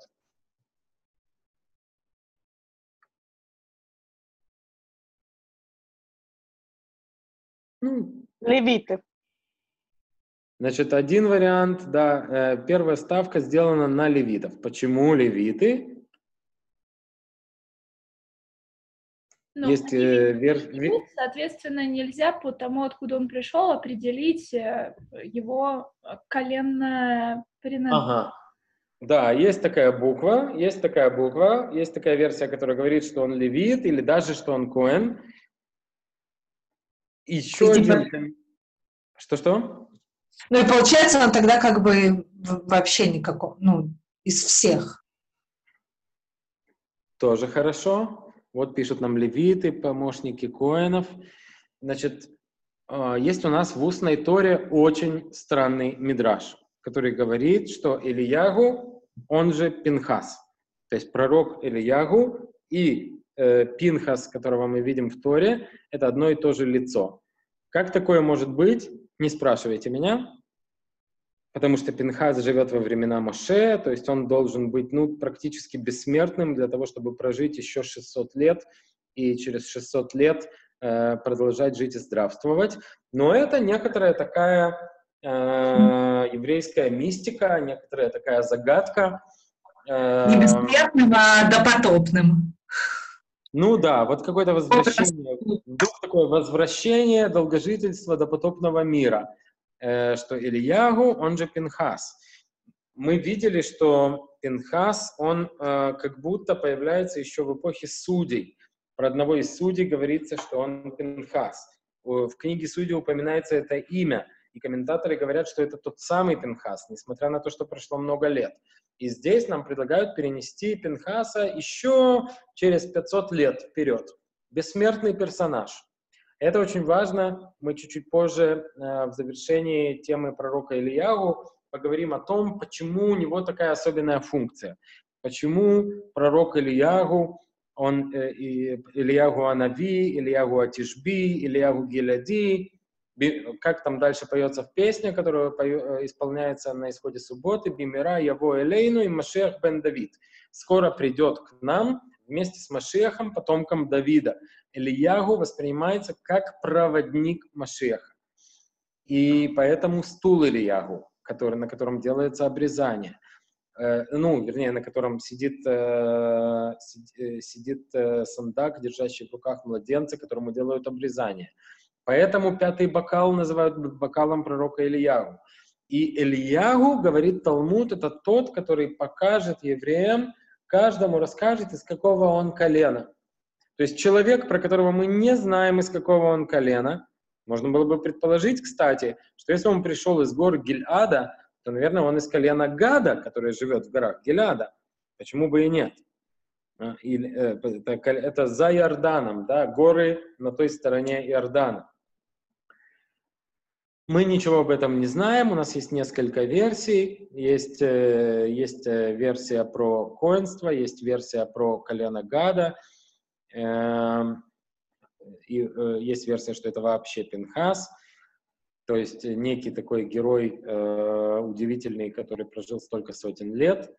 Ну, Левиты. Значит, один вариант, да, э, первая ставка сделана на левитов. Почему левиты? Но Есть они э, ведь вер... живут, соответственно, нельзя по тому, откуда он пришел, определить э, его коленное принадлежность. Ага. Да, есть такая буква, есть такая буква, есть такая версия, которая говорит, что он левит, или даже, что он коэн. Еще Видимо. один... Что-что? Ну и получается, он тогда как бы вообще никакого, ну, из всех. Тоже хорошо. Вот пишут нам левиты, помощники коэнов. Значит, есть у нас в устной Торе очень странный мидраш, который говорит, что Ильягу, он же Пинхас. То есть пророк Ильягу и э, Пинхас, которого мы видим в Торе, это одно и то же лицо. Как такое может быть? Не спрашивайте меня, потому что Пинхас живет во времена Моше, то есть он должен быть ну, практически бессмертным для того, чтобы прожить еще шестьсот лет, и через шестьсот лет э, продолжать жить и здравствовать. Но это некоторая такая э, еврейская мистика, некоторая такая загадка. Э, Не бессмертным, а допотопным. Ну да, вот какое-то возвращение, вдруг такое возвращение долгожительства допотопного мира, э, что Ильягу, он же Пинхас. Мы видели, что Пинхас, он э, как будто появляется еще в эпохе судей. Про одного из судей говорится, что он Пинхас. В книге Судей упоминается это имя, и комментаторы говорят, что это тот самый Пинхас, несмотря на то, что прошло много лет. И здесь нам предлагают перенести Пинхаса еще через пятьсот лет вперед. Бессмертный персонаж. Это очень важно. Мы чуть-чуть позже э, в завершении темы пророка Ильягу поговорим о том, почему у него такая особенная функция. Почему пророк Ильягу, он э, Ильягу Анави, Ильягу Атишби, Ильягу Гиляди, как там дальше поется в песне, которая пою, исполняется на исходе субботы, «Бимира яво элейну и Машиах бен Давид». Скоро придет к нам вместе с Машиахом, потомком Давида. Ильягу воспринимается как проводник Машиаха. И поэтому стул Ильягу, который, на котором делается обрезание, э, ну, вернее, на котором сидит, э, сидит, сидит э, сандак, держащий в руках младенца, которому делают обрезание. Поэтому пятый бокал называют бокалом пророка Ильягу. И Ильягу, говорит Талмуд, это тот, который покажет евреям, каждому расскажет, из какого он колена. То есть человек, про которого мы не знаем, из какого он колена, можно было бы предположить, кстати, что если он пришел из гор Гильада, то, наверное, он из колена Гада, который живет в горах Гильада. Почему бы и нет? Это, это за Иорданом, да, горы на той стороне Иордана. Мы ничего об этом не знаем, у нас есть несколько версий. Есть, есть версия про коэнство, есть версия про колено Гада. и э, есть версия, что это вообще Пинхас, то есть некий такой герой э, удивительный, который прожил столько сотен лет.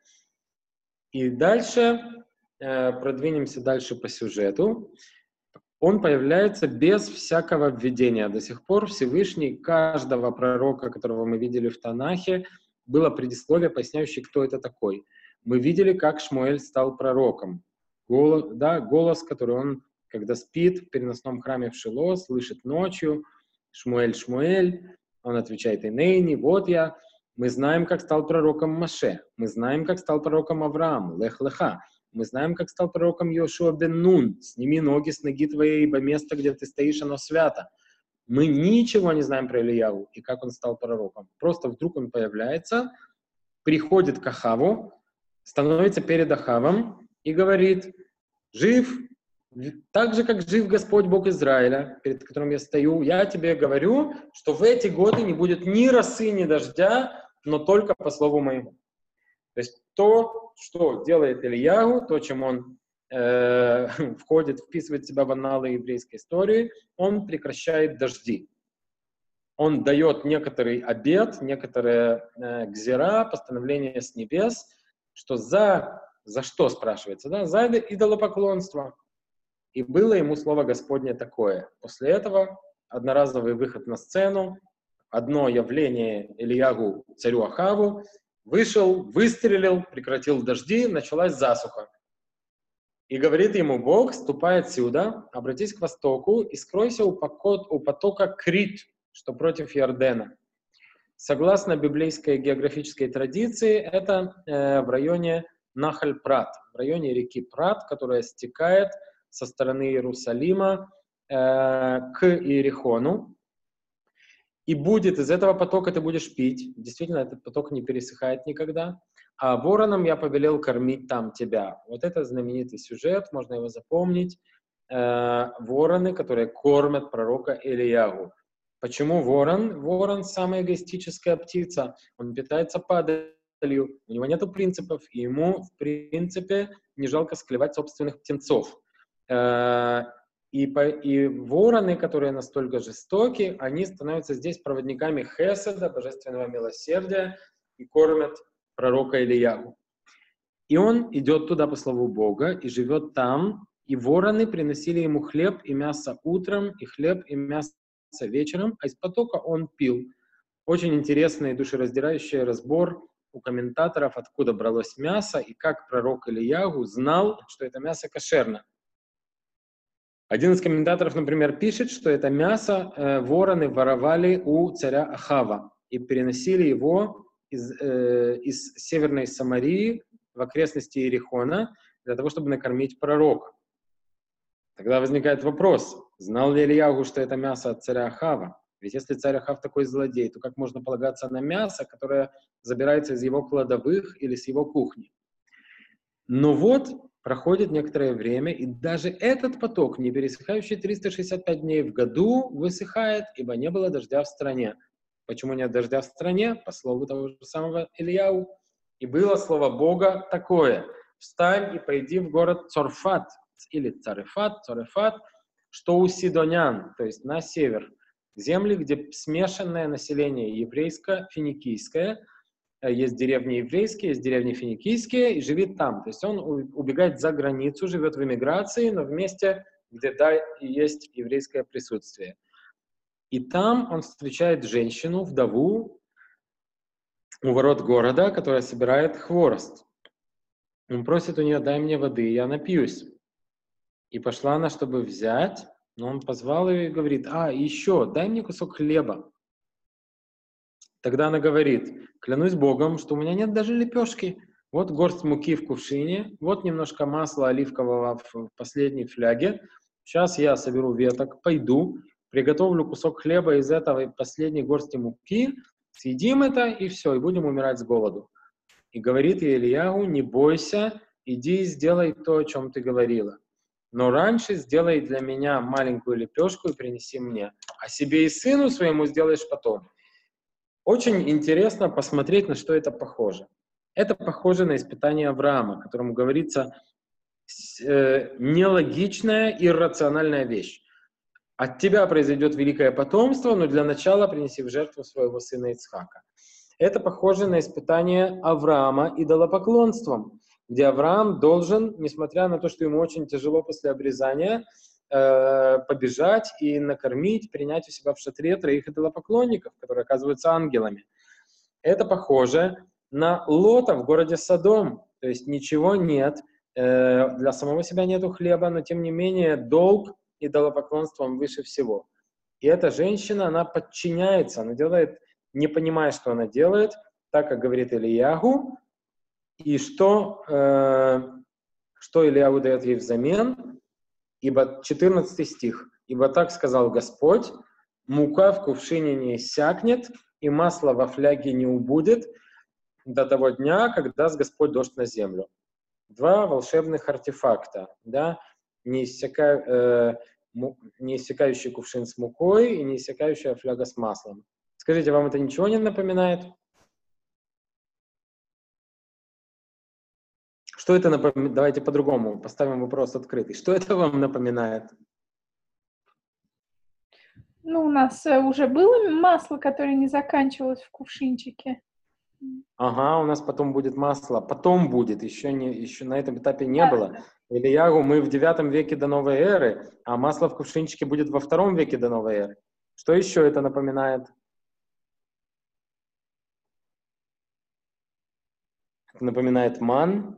И дальше, э, продвинемся дальше по сюжету. Он появляется без всякого введения. До сих пор Всевышний каждого пророка, которого мы видели в Танахе, было предисловие, поясняющее, кто это такой. Мы видели, как Шмуэль стал пророком. Голос, да, голос, который он, когда спит в переносном храме в Шило, слышит ночью. Шмуэль, Шмуэль. Он отвечает: «Инейни, вот я». Мы знаем, как стал пророком Моше. Мы знаем, как стал пророком Авраам. Лех леха. Мы знаем, как стал пророком Йошуа бен Нун. «Сними ноги с ноги твоей, ибо место, где ты стоишь, оно свято». Мы ничего не знаем про Ильяву и как он стал пророком. Просто вдруг он появляется, приходит к Ахаву, становится перед Ахавом и говорит: «Жив, так же, как жив Господь Бог Израиля, перед которым я стою, я тебе говорю, что в эти годы не будет ни росы, ни дождя, но только по слову моему». То есть то, что делает Ильягу, то, чем он э, входит, вписывает себя в анналы еврейской истории, он прекращает дожди. Он дает некоторый обет, некоторые э, гзира, постановление с небес, что за, за что, спрашивается, да? За идолопоклонство. И было ему слово Господне такое. После этого одноразовый выход на сцену, одно явление Ильягу царю Ахаву, вышел, выстрелил, прекратил дожди, началась засуха. И говорит ему Бог: «Ступай отсюда, обратись к востоку и скройся у, покот, у потока Крит, что против Иордена». Согласно библейской географической традиции, это э, в районе Нахаль-Прат, в районе реки Прат, которая стекает со стороны Иерусалима э, к Иерихону. И будет из этого потока ты будешь пить. Действительно, этот поток не пересыхает никогда. А воронам я повелел кормить там тебя. Вот это знаменитый сюжет, можно его запомнить. Э, вороны, которые кормят пророка Ильягу. Почему ворон? Ворон — самая эгоистическая птица. Он питается падалью, у него нет принципов, и ему, в принципе, не жалко склевать собственных птенцов. Э, И, по, и вороны, которые настолько жестоки, они становятся здесь проводниками хеседа, божественного милосердия, и кормят пророка Ильягу. И он идет туда по слову Бога и живет там, и вороны приносили ему хлеб и мясо утром, и хлеб и мясо вечером, а из потока он пил. Очень интересный и душераздирающий разбор у комментаторов, откуда бралось мясо, и как пророк Ильягу знал, что это мясо кошерно. Один из комментаторов, например, пишет, что это мясо э, вороны воровали у царя Ахава и переносили его из, э, из северной Самарии в окрестности Иерихона для того, чтобы накормить пророка. Тогда возникает вопрос: знал ли Ильягу, что это мясо от царя Ахава? Ведь если царь Ахав такой злодей, то как можно полагаться на мясо, которое забирается из его кладовых или с его кухни? Но вот проходит некоторое время, и даже этот поток, не пересыхающий триста шестьдесят пять дней в году, высыхает, ибо не было дождя в стране. Почему нет дождя в стране? По слову того же самого Ильяу. И было слово Бога такое: «Встань и пойди в город Цорфат», или Царефат, Цорефат, что у Сидонян, то есть на север, земли, где смешанное население еврейско-финикийское. Есть деревни еврейские, есть деревни финикийские, и живет там. То есть он убегает за границу, живет в эмиграции, но в месте, где, да, и есть еврейское присутствие. И там он встречает женщину, вдову, у ворот города, которая собирает хворост. Он просит у нее: «Дай мне воды, я напьюсь». И пошла она, чтобы взять, но он позвал ее и говорит: «А, еще, дай мне кусок хлеба». Тогда она говорит: «Клянусь Богом, что у меня нет даже лепешки. Вот горсть муки в кувшине, вот немножко масла оливкового в последней фляге. Сейчас я соберу веток, пойду, приготовлю кусок хлеба из этого последней горсти муки, съедим это, и все, и будем умирать с голоду». И говорит ей Ильягу: «Не бойся, иди и сделай то, о чем ты говорила. Но раньше сделай для меня маленькую лепешку и принеси мне, а себе и сыну своему сделаешь потом». Очень интересно посмотреть, на что это похоже. Это похоже на испытание Авраама, которому говорится э, нелогичная, иррациональная вещь. от тебя произойдет великое потомство, но для начала принеси в жертву своего сына Ицхака. Это похоже на испытание Авраама идолопоклонством, где Авраам должен, несмотря на то, что ему очень тяжело после обрезания, э, побежать и накормить, принять у себя в шатре троих идолопоклонников, которые оказываются ангелами. Это похоже на Лота в городе Содом, то есть ничего нет, э, для самого себя нету хлеба, но тем не менее долг идолопоклонством выше всего. И эта женщина, она подчиняется, она делает, не понимая, что она делает, так, как говорит Ильягу, и что, э, что Ильягу дает ей взамен, ибо четырнадцатый стих, «Ибо так сказал Господь, мука в кувшине не иссякнет, и масло во фляге не убудет до того дня, когда даст Господь дождь на землю». Два волшебных артефакта, да, не, иссяка, э, му, не иссякающий кувшин с мукой и не иссякающая фляга с маслом. Скажите, вам это ничего не напоминает? Что это напоминает? Давайте по-другому поставим вопрос открытый. Что это вам напоминает? Ну, у нас э, уже было масло, которое не заканчивалось в кувшинчике. Ага, у нас потом будет масло. Потом будет, еще, не, еще на этом этапе не Да. было. Ильягу, мы в девятом веке до новой эры, а масло в кувшинчике будет во втором веке до новой эры. Что еще это напоминает? Это напоминает ман.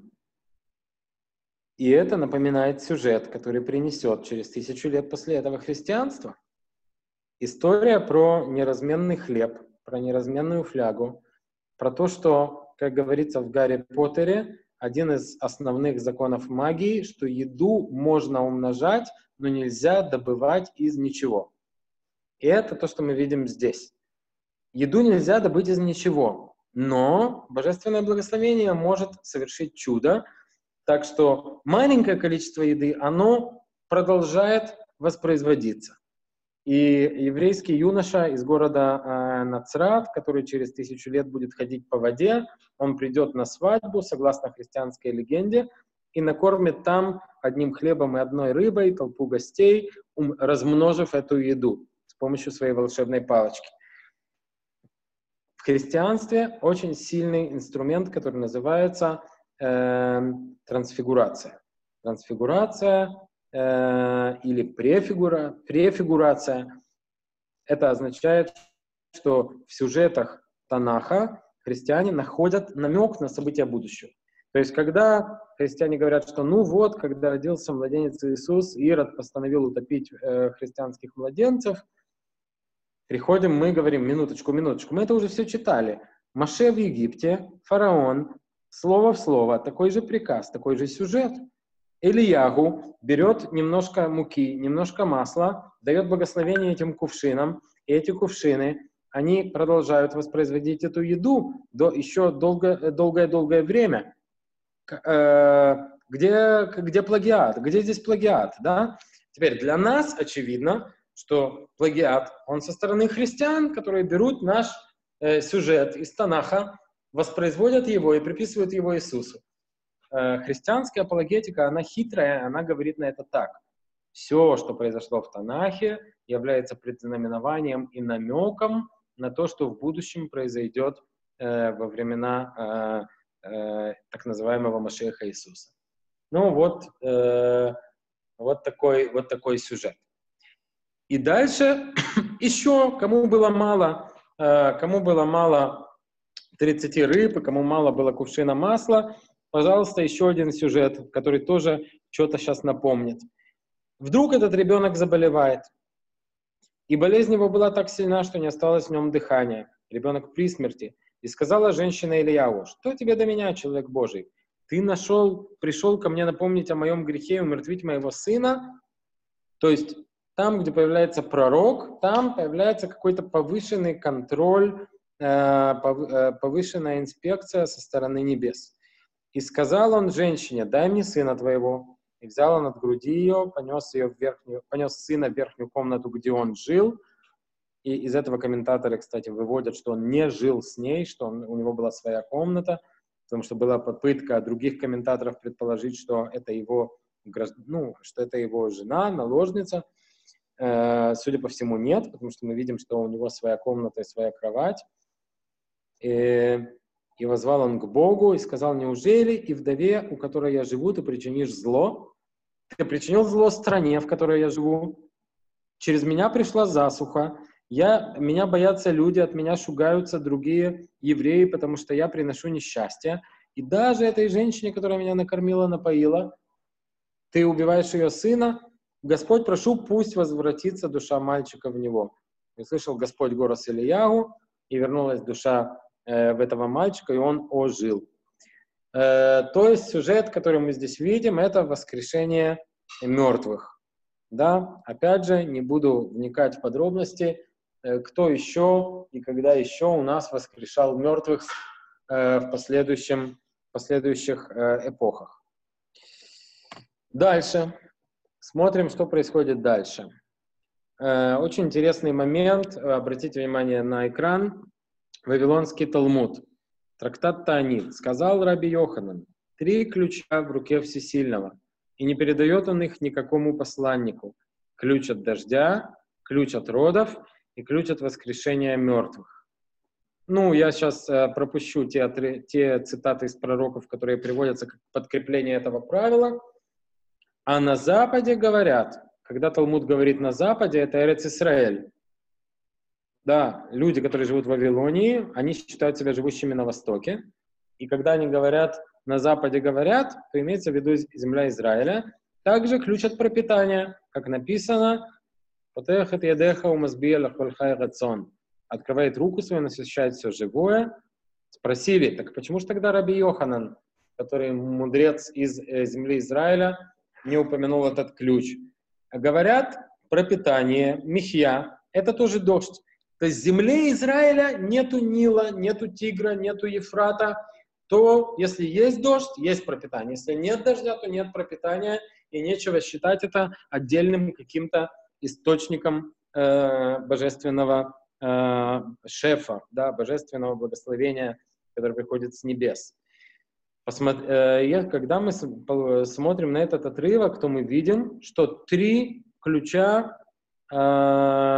И это напоминает сюжет, который принесет через тысячу лет после этого христианство. История про неразменный хлеб, про неразменную флягу, про то, что, как говорится в Гарри Поттере, один из основных законов магии, что еду можно умножать, но нельзя добывать из ничего. И это то, что мы видим здесь. Еду нельзя добыть из ничего, но божественное благословение может совершить чудо, так что маленькое количество еды, оно продолжает воспроизводиться. И еврейский юноша из города э, Нацрат, который через тысячу лет будет ходить по воде, он придет на свадьбу, согласно христианской легенде, и накормит там одним хлебом и одной рыбой толпу гостей, ум, размножив эту еду с помощью своей волшебной палочки. В христианстве очень сильный инструмент, который называется э, трансфигурация. Трансфигурация э, или префигура, префигурация. Это означает, что в сюжетах Танаха христиане находят намек на события будущего. То есть, когда христиане говорят, что ну вот, когда родился младенец Иисус, Ирод постановил утопить э, христианских младенцев, приходим, мы говорим, минуточку, минуточку, мы это уже все читали. Моше в Египте, фараон, слово в слово, такой же приказ, такой же сюжет. Ильягу берет немножко муки, немножко масла, дает благословение этим кувшинам, и эти кувшины, они продолжают воспроизводить эту еду до еще долгое-долгое время. Где, где плагиат? Где здесь плагиат? Да? Теперь для нас очевидно, что плагиат, он со стороны христиан, которые берут наш э, сюжет из Танаха, воспроизводят его и приписывают его Иисусу. Э, христианская апологетика, она хитрая, она говорит на это так. Все, что произошло в Танахе, является предзнаменованием и намеком на то, что в будущем произойдет э, во времена э, э, так называемого Машеха Иисуса. Ну вот, э, вот, такой, вот такой сюжет. И дальше еще, кому было мало, э, кому было мало тридцати рыб, и кому мало было кувшина масла, пожалуйста, еще один сюжет, который тоже что-то сейчас напомнит. Вдруг этот ребенок заболевает, и болезнь его была так сильна, что не осталось в нем дыхания. Ребенок при смерти. И сказала женщина Ильяу: что тебе до меня, человек Божий? Ты нашел, пришел ко мне напомнить о моем грехе и умертвить моего сына? То есть там, где появляется пророк, там появляется какой-то повышенный контроль, повышенная инспекция со стороны небес. И сказал он женщине: дай мне сына твоего. И взял он от груди ее, понес, ее в верхнюю, понес сына в верхнюю комнату, где он жил. И из этого комментаторы, кстати, выводят, что он не жил с ней, что он, у него была своя комната, потому что была попытка других комментаторов предположить, что это его, ну, что это его жена, наложница. Э, судя по всему, нет, потому что мы видим, что у него своя комната и своя кровать. И, и воззвал он к Богу и сказал: неужели и вдове, у которой я живу, ты причинишь зло? Ты причинил зло стране, в которой я живу. Через меня пришла засуха. Я, меня боятся люди, от меня шугаются другие евреи, потому что я приношу несчастье. И даже этой женщине, которая меня накормила, напоила, ты убиваешь ее сына. Господь, прошу, пусть возвратится душа мальчика в него. И услышал Господь голос Ильягу, и вернулась душа э, в этого мальчика, и он ожил. Э, то есть сюжет, который мы здесь видим, это воскрешение мертвых. Да? Опять же, не буду вникать в подробности, э, кто еще и когда еще у нас воскрешал мертвых э, в последующем, последующих э, эпохах. Дальше. Смотрим, что происходит дальше. Э, очень интересный момент. Обратите внимание на экран. Вавилонский Талмуд. Трактат Таанит. Сказал Раби Йоханан: три ключа в руке Всесильного, и не передает он их никакому посланнику. Ключ от дождя, ключ от родов и ключ от воскрешения мертвых. Ну, я сейчас э, пропущу те, те цитаты из пророков, которые приводятся как подкрепление этого правила. А на Западе говорят, когда Талмуд говорит на Западе, это Эрец Исраэль. Да, люди, которые живут в Вавилонии, они считают себя живущими на Востоке. И когда они говорят, на Западе говорят, то имеется в виду земля Израиля. Также ключ от пропитания, как написано, открывает руку свою, насыщает все живое. Спросили, так почему же тогда Раби Йоханан, который мудрец из э, земли Израиля, не упомянул этот ключ? Говорят, пропитание, михья, это тоже дождь. То есть в земле Израиля нету Нила, нету Тигра, нету Ефрата. То если есть дождь, есть пропитание. Если нет дождя, то нет пропитания. И нечего считать это отдельным каким-то источником э, божественного э, шефа, да, божественного благословения, которое приходит с небес. Посмотри, э, когда мы с, смотрим на этот отрывок, то мы видим, что три ключа э,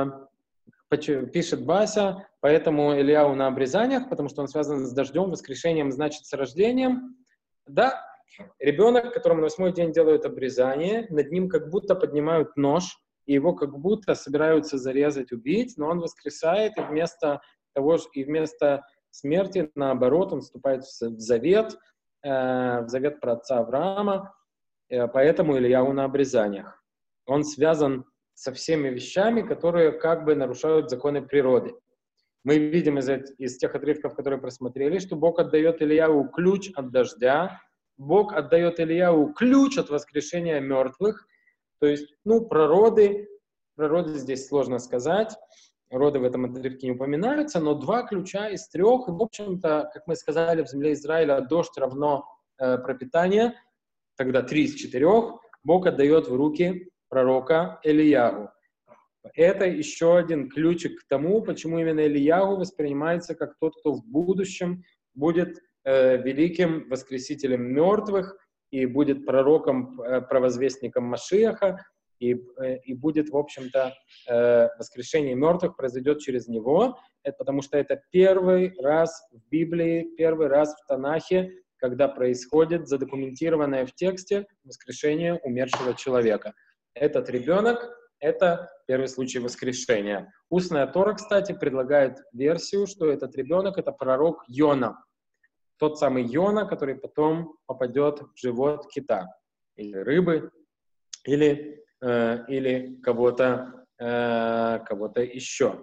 пишет Бася, поэтому Ильяу на обрезаниях, потому что он связан с дождем, воскрешением, значит, с рождением. Да, ребенок, которому на восьмой день делают обрезание, над ним как будто поднимают нож, и его как будто собираются зарезать, убить, но он воскресает, и вместо того же, и вместо смерти, наоборот, он вступает в завет, э, в завет про отца Авраама, э, поэтому Ильяу на обрезаниях. Он связан со всеми вещами, которые как бы нарушают законы природы. Мы видим из, из тех отрывков, которые просмотрели, что Бог отдает Ильяу ключ от дождя, Бог отдает Ильяу ключ от воскрешения мертвых. То есть, ну, про роды, про роды здесь сложно сказать, роды в этом отрывке не упоминаются, но два ключа из трех, в общем-то, как мы сказали, в земле Израиля дождь равно э, пропитание, тогда три из четырех Бог отдает в руки пророка Ильягу. Это еще один ключик к тому, почему именно Ильягу воспринимается как тот, кто в будущем будет э, великим воскресителем мертвых и будет пророком, э, провозвестником Машиаха, и, э, и будет, в общем-то, э, воскрешение мертвых произойдет через него, это потому что это первый раз в Библии, первый раз в Танахе, когда происходит задокументированное в тексте воскрешение умершего человека. Этот ребенок — это первый случай воскрешения. Устная Тора, кстати, предлагает версию, что этот ребенок — это пророк Йона. Тот самый Йона, который потом попадет в живот кита, или рыбы, или, э, или кого-то, э, кого-то еще.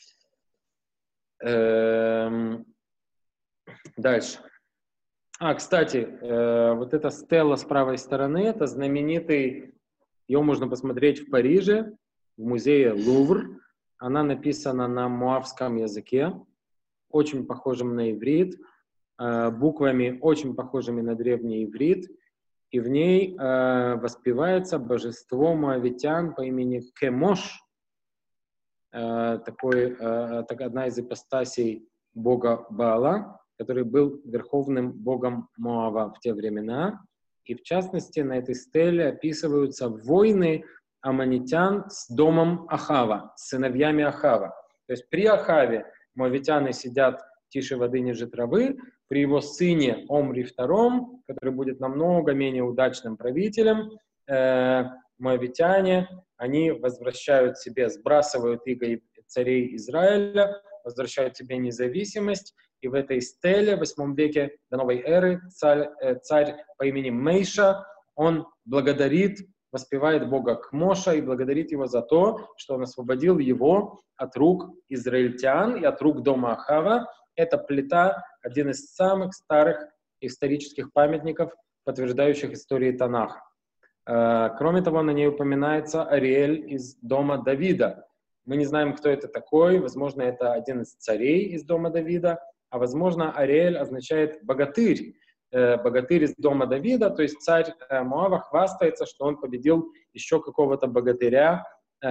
Эм, дальше. А, кстати, э, вот эта стела с правой стороны — это знаменитый... Ее можно посмотреть в Париже, в музее Лувр. Она написана на муавском языке, очень похожем на иврит, э, буквами очень похожими на древний иврит. И в ней э, воспевается божество муавитян по имени Кемош, э, такой, э, так, одна из ипостасей бога Баала, который был верховным богом Моава в те времена. И в частности, на этой стеле описываются войны аммонитян с домом Ахава, с сыновьями Ахава. То есть при Ахаве моавитяне сидят тише воды ниже травы, при его сыне Омри втором, который будет намного менее удачным правителем, э, моавитяне, они возвращают себе, сбрасывают иго царей Израиля, возвращают себе независимость, и в этой стеле, в восьмом веке до новой эры, царь, э, царь по имени Мейша, он благодарит, воспевает Бога Кмоша и благодарит его за то, что он освободил его от рук израильтян и от рук дома Ахава. Эта плита — один из самых старых исторических памятников, подтверждающих истории Танаха. Кроме того, на ней упоминается Ариэль из дома Давида. Мы не знаем, кто это такой. Возможно, это один из царей из дома Давида, а возможно, Ариэль означает «богатырь». Богатырь из дома Давида, то есть царь Моава хвастается, что он победил еще какого-то богатыря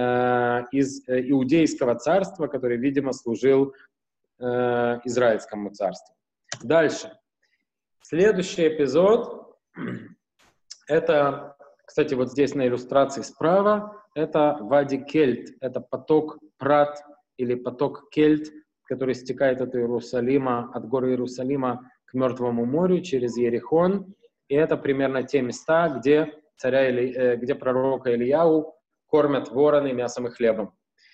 из Иудейского царства, который, видимо, служил Израильскому царству. Дальше. Следующий эпизод — это, кстати, вот здесь на иллюстрации справа, это Вади Кельт, это поток Прат или поток Кельт, который стекает от Иерусалима, от горы Иерусалима к Мертвому морю через Ерихон. И это примерно те места, где, царя Или, где пророка Ильяу кормят вороны мясом и хлебом.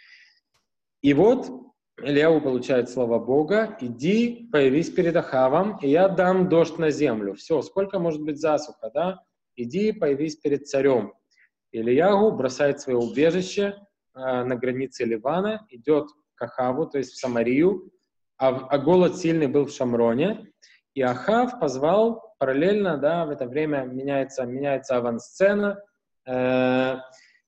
И вот Ильяу получает слово Бога: «Иди, появись перед Ахавом, и я дам дождь на землю». Все, сколько может быть засуха, да? «Иди, появись перед царем». Ильяу бросает свое убежище э, на границе Ливана, идет к Ахаву, то есть в Самарию, а, а голод сильный был в Шамроне. И Ахав позвал параллельно, да, в это время меняется, меняется авансцена. Э,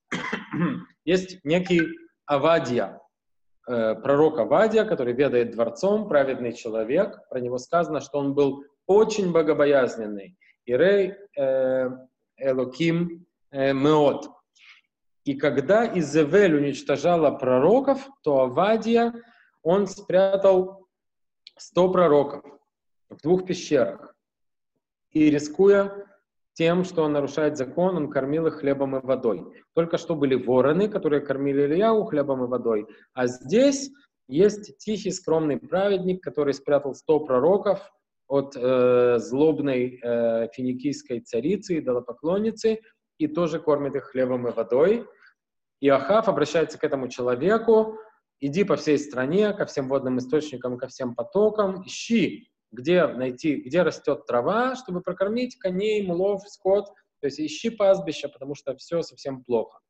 есть некий Авадия, э, пророк Авадия, который ведает дворцом, праведный человек. Про него сказано, что он был очень богобоязненный. Ирей э, Элоким э, Меот. И когда Изевель уничтожала пророков, то Авадия, он спрятал сто пророков в двух пещерах. И, рискуя тем, что он нарушает закон, он кормил их хлебом и водой. Только что были вороны, которые кормили Ильяу хлебом и водой. А здесь есть тихий, скромный праведник, который спрятал сто пророков от э, злобной э, финикийской царицы, идолопоклонницы, и тоже кормит их хлебом и водой. И Ахав обращается к этому человеку: иди по всей стране, ко всем водным источникам, ко всем потокам, ищи, где найти, где растет трава, чтобы прокормить коней, мулов, скот. То есть ищи пастбища, потому что все совсем плохо.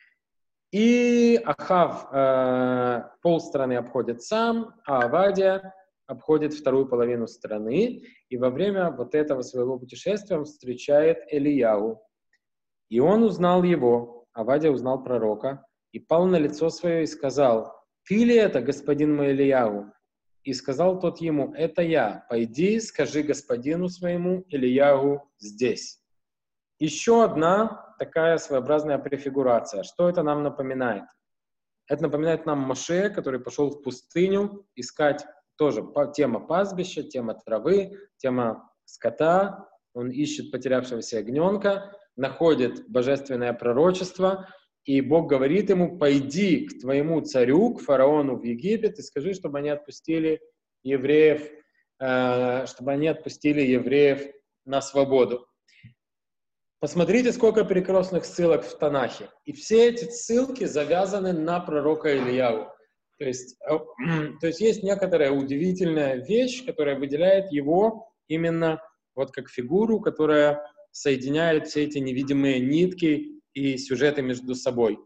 И Ахав э, полстраны обходит сам, а Авадия обходит вторую половину страны. И во время вот этого своего путешествия он встречает Элияу. И он узнал его, Авадия узнал пророка, и пал на лицо свое и сказал: «Ты ли это, господин мой Элияу?» И сказал тот ему: «Это я. Пойди, скажи господину своему, Элияу здесь». Еще одна такая своеобразная префигурация. Что это нам напоминает? Это напоминает нам Моше, который пошел в пустыню искать тоже тема пастбища, тема травы, тема скота. Он ищет потерявшегося ягненка, находит божественное пророчество, и Бог говорит ему: пойди к твоему царю, к фараону в Египет, и скажи, чтобы они отпустили евреев, э, чтобы они отпустили евреев на свободу. Посмотрите, сколько прекрасных ссылок в Танахе. И все эти ссылки завязаны на пророка Ильяу. То есть, э, то есть есть некоторая удивительная вещь, которая выделяет его именно вот как фигуру, которая соединяет все эти невидимые нитки и сюжеты между собой.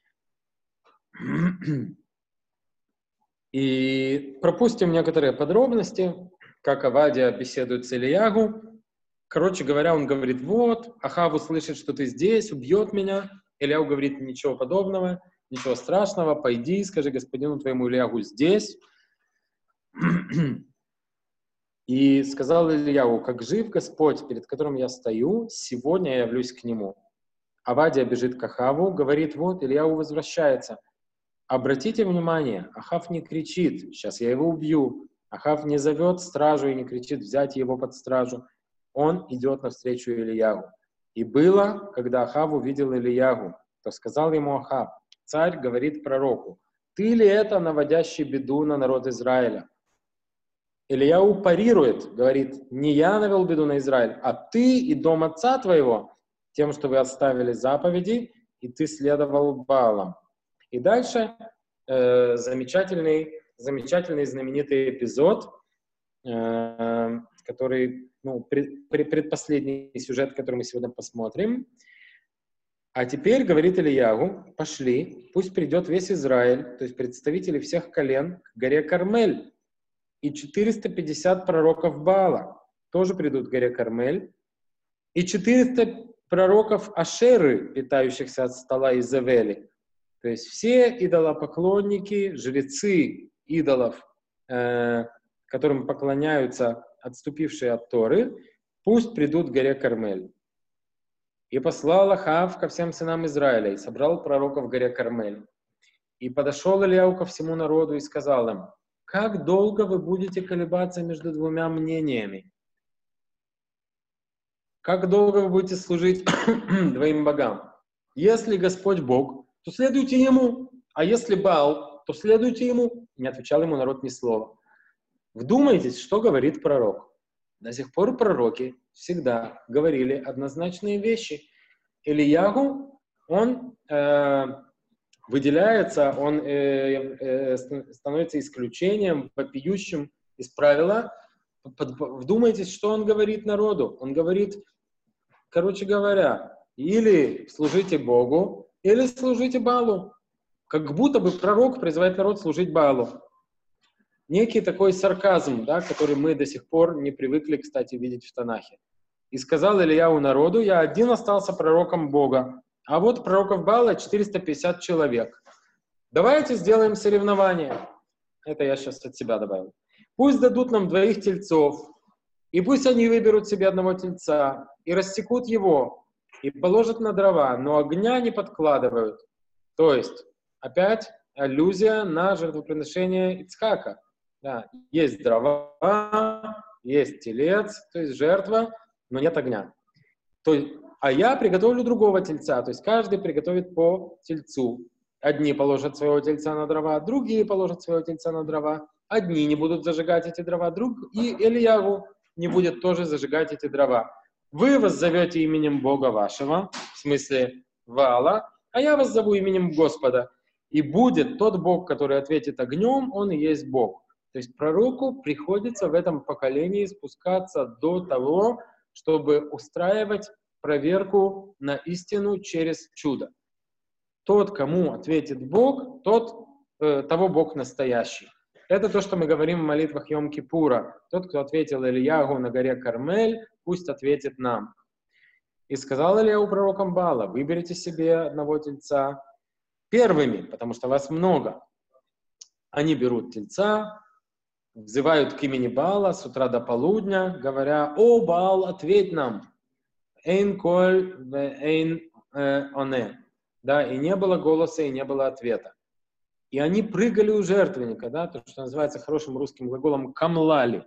И пропустим некоторые подробности, как Авадия беседует с Ильягу. Короче говоря, он говорит: вот, Ахав услышит, что ты здесь, убьет меня. Ильягу говорит: ничего подобного, ничего страшного, пойди, скажи господину твоему Ильягу здесь. И сказал Ильягу: как жив Господь, перед которым я стою, сегодня я явлюсь к нему. Авадия бежит к Ахаву, говорит: вот, Ильягу возвращается. Обратите внимание, Ахав не кричит: сейчас я его убью. Ахав не зовет стражу и не кричит: взять его под стражу. Он идет навстречу Ильягу. И было, когда Ахав увидел Ильягу, то сказал ему Ахав: царь говорит пророку: ты ли это, наводящий беду на народ Израиля? Ильяу парирует, говорит: не я навел беду на Израиль, а ты и дом отца твоего, тем, что вы оставили заповеди, и ты следовал Баалам. И дальше э, замечательный, замечательный знаменитый эпизод, э, который, ну, пред, предпоследний сюжет, который мы сегодня посмотрим. А теперь, говорит Ильягу, пошли, пусть придет весь Израиль, то есть представители всех колен, к горе Кармель, и четыреста пятьдесят пророков Баала тоже придут к горе Кармель, и четыреста пророков Ашеры, питающихся от стола Изавели. То есть все идолопоклонники, жрецы идолов, э, которым поклоняются отступившие от Торы, пусть придут к горе Кармель. И послал Ахав ко всем сынам Израиля, и собрал пророков в горе Кармель. И подошел Ильяу ко всему народу и сказал им: как долго вы будете колебаться между двумя мнениями? Как долго вы будете служить двоим богам? Если Господь Бог, то следуйте Ему, а если Баал, то следуйте Ему. Не отвечал ему народ ни слова. Вдумайтесь, что говорит пророк. До сих пор пророки всегда говорили однозначные вещи. Ильягу, он э, выделяется, он э, э, становится исключением, вопиющим из правила. Вдумайтесь, что он говорит народу. Он говорит, короче говоря, или служите Богу, или служите Баалу. Как будто бы пророк призывает народ служить Баалу. Некий такой сарказм, да, который мы до сих пор не привыкли, кстати, видеть в Танахе. И сказал Ильяу народу: я один остался пророком Бога, а вот пророков Баала четыреста пятьдесят человек. Давайте сделаем соревнование. Это я сейчас от себя добавил. Пусть дадут нам двоих тельцов, и пусть они выберут себе одного тельца, и рассекут его, и положат на дрова, но огня не подкладывают. То есть, опять аллюзия на жертвоприношение Ицхака. Да, есть дрова, есть телец, то есть жертва, но нет огня. То есть, а я приготовлю другого тельца, то есть каждый приготовит по тельцу. Одни положат своего тельца на дрова, другие положат своего тельца на дрова. Одни не будут зажигать эти дрова, друг, и Ильягу не будет тоже зажигать эти дрова. Вы вас зовете именем Бога вашего, в смысле Ваала, а я вас зову именем Господа. И будет тот Бог, который ответит огнем, он и есть Бог. То есть пророку приходится в этом поколении спускаться до того, чтобы устраивать проверку на истину через чудо. Тот, кому ответит Бог, тот, э, того Бог настоящий. Это то, что мы говорим в молитвах Йом-Кипура. Тот, кто ответил Ильягу на горе Кармель, пусть ответит нам. И сказал Ильяу пророкам Баала: выберите себе одного тельца первыми, потому что вас много. Они берут тельца, взывают к имени Баала с утра до полудня, говоря: «О, Баал, ответь нам!» «Эйн коль эйн оне». Да, и не было голоса, и не было ответа. И они прыгали у жертвенника, да, то, что называется хорошим русским глаголом «камлали».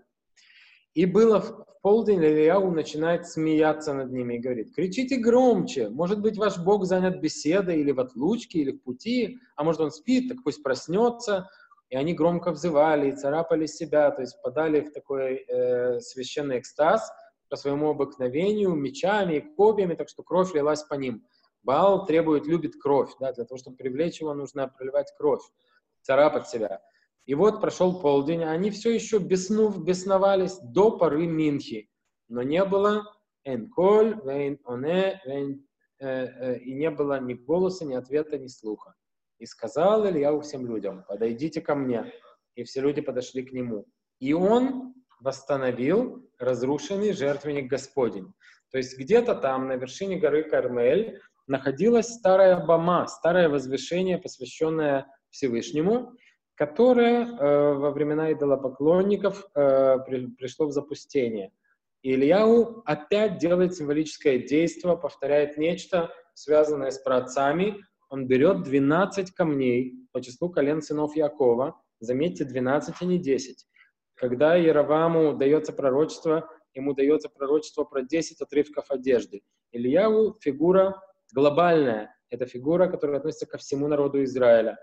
И было в полдень, Ильяу начинает смеяться над ними и говорит: кричите громче, может быть, ваш Бог занят беседой, или в отлучке, или в пути, а может, он спит, так пусть проснется. И они громко взывали и царапали себя, то есть впадали в такой э, священный экстаз по своему обыкновению, мечами и копьями, так что кровь лилась по ним. Баал требует, любит кровь, да, для того, чтобы привлечь его, нужно проливать кровь, царапать себя. И вот прошел полдень, а они все еще беснув, бесновались до поры Минхи, но не было «энколь», «вейн оне», «вейн», э, э, и не было ни голоса, ни ответа, ни слуха. И сказал Ильяу всем людям: подойдите ко мне. И все люди подошли к нему. И он восстановил разрушенный жертвенник Господень. То есть где-то там, на вершине горы Кармель, находилась старая бома, старое возвышение, посвященное Всевышнему, которое э, во времена идолопоклонников э, при, пришло в запустение. И Ильяу опять делает символическое действие, повторяет нечто, связанное с праотцами. Он берет двенадцать камней по числу колен сынов Якова. Заметьте, двенадцать, а не десять. Когда Яроваму дается пророчество, ему дается пророчество про десять отрывков одежды. Ильяу — фигура глобальная. Это фигура, которая относится ко всему народу Израиля.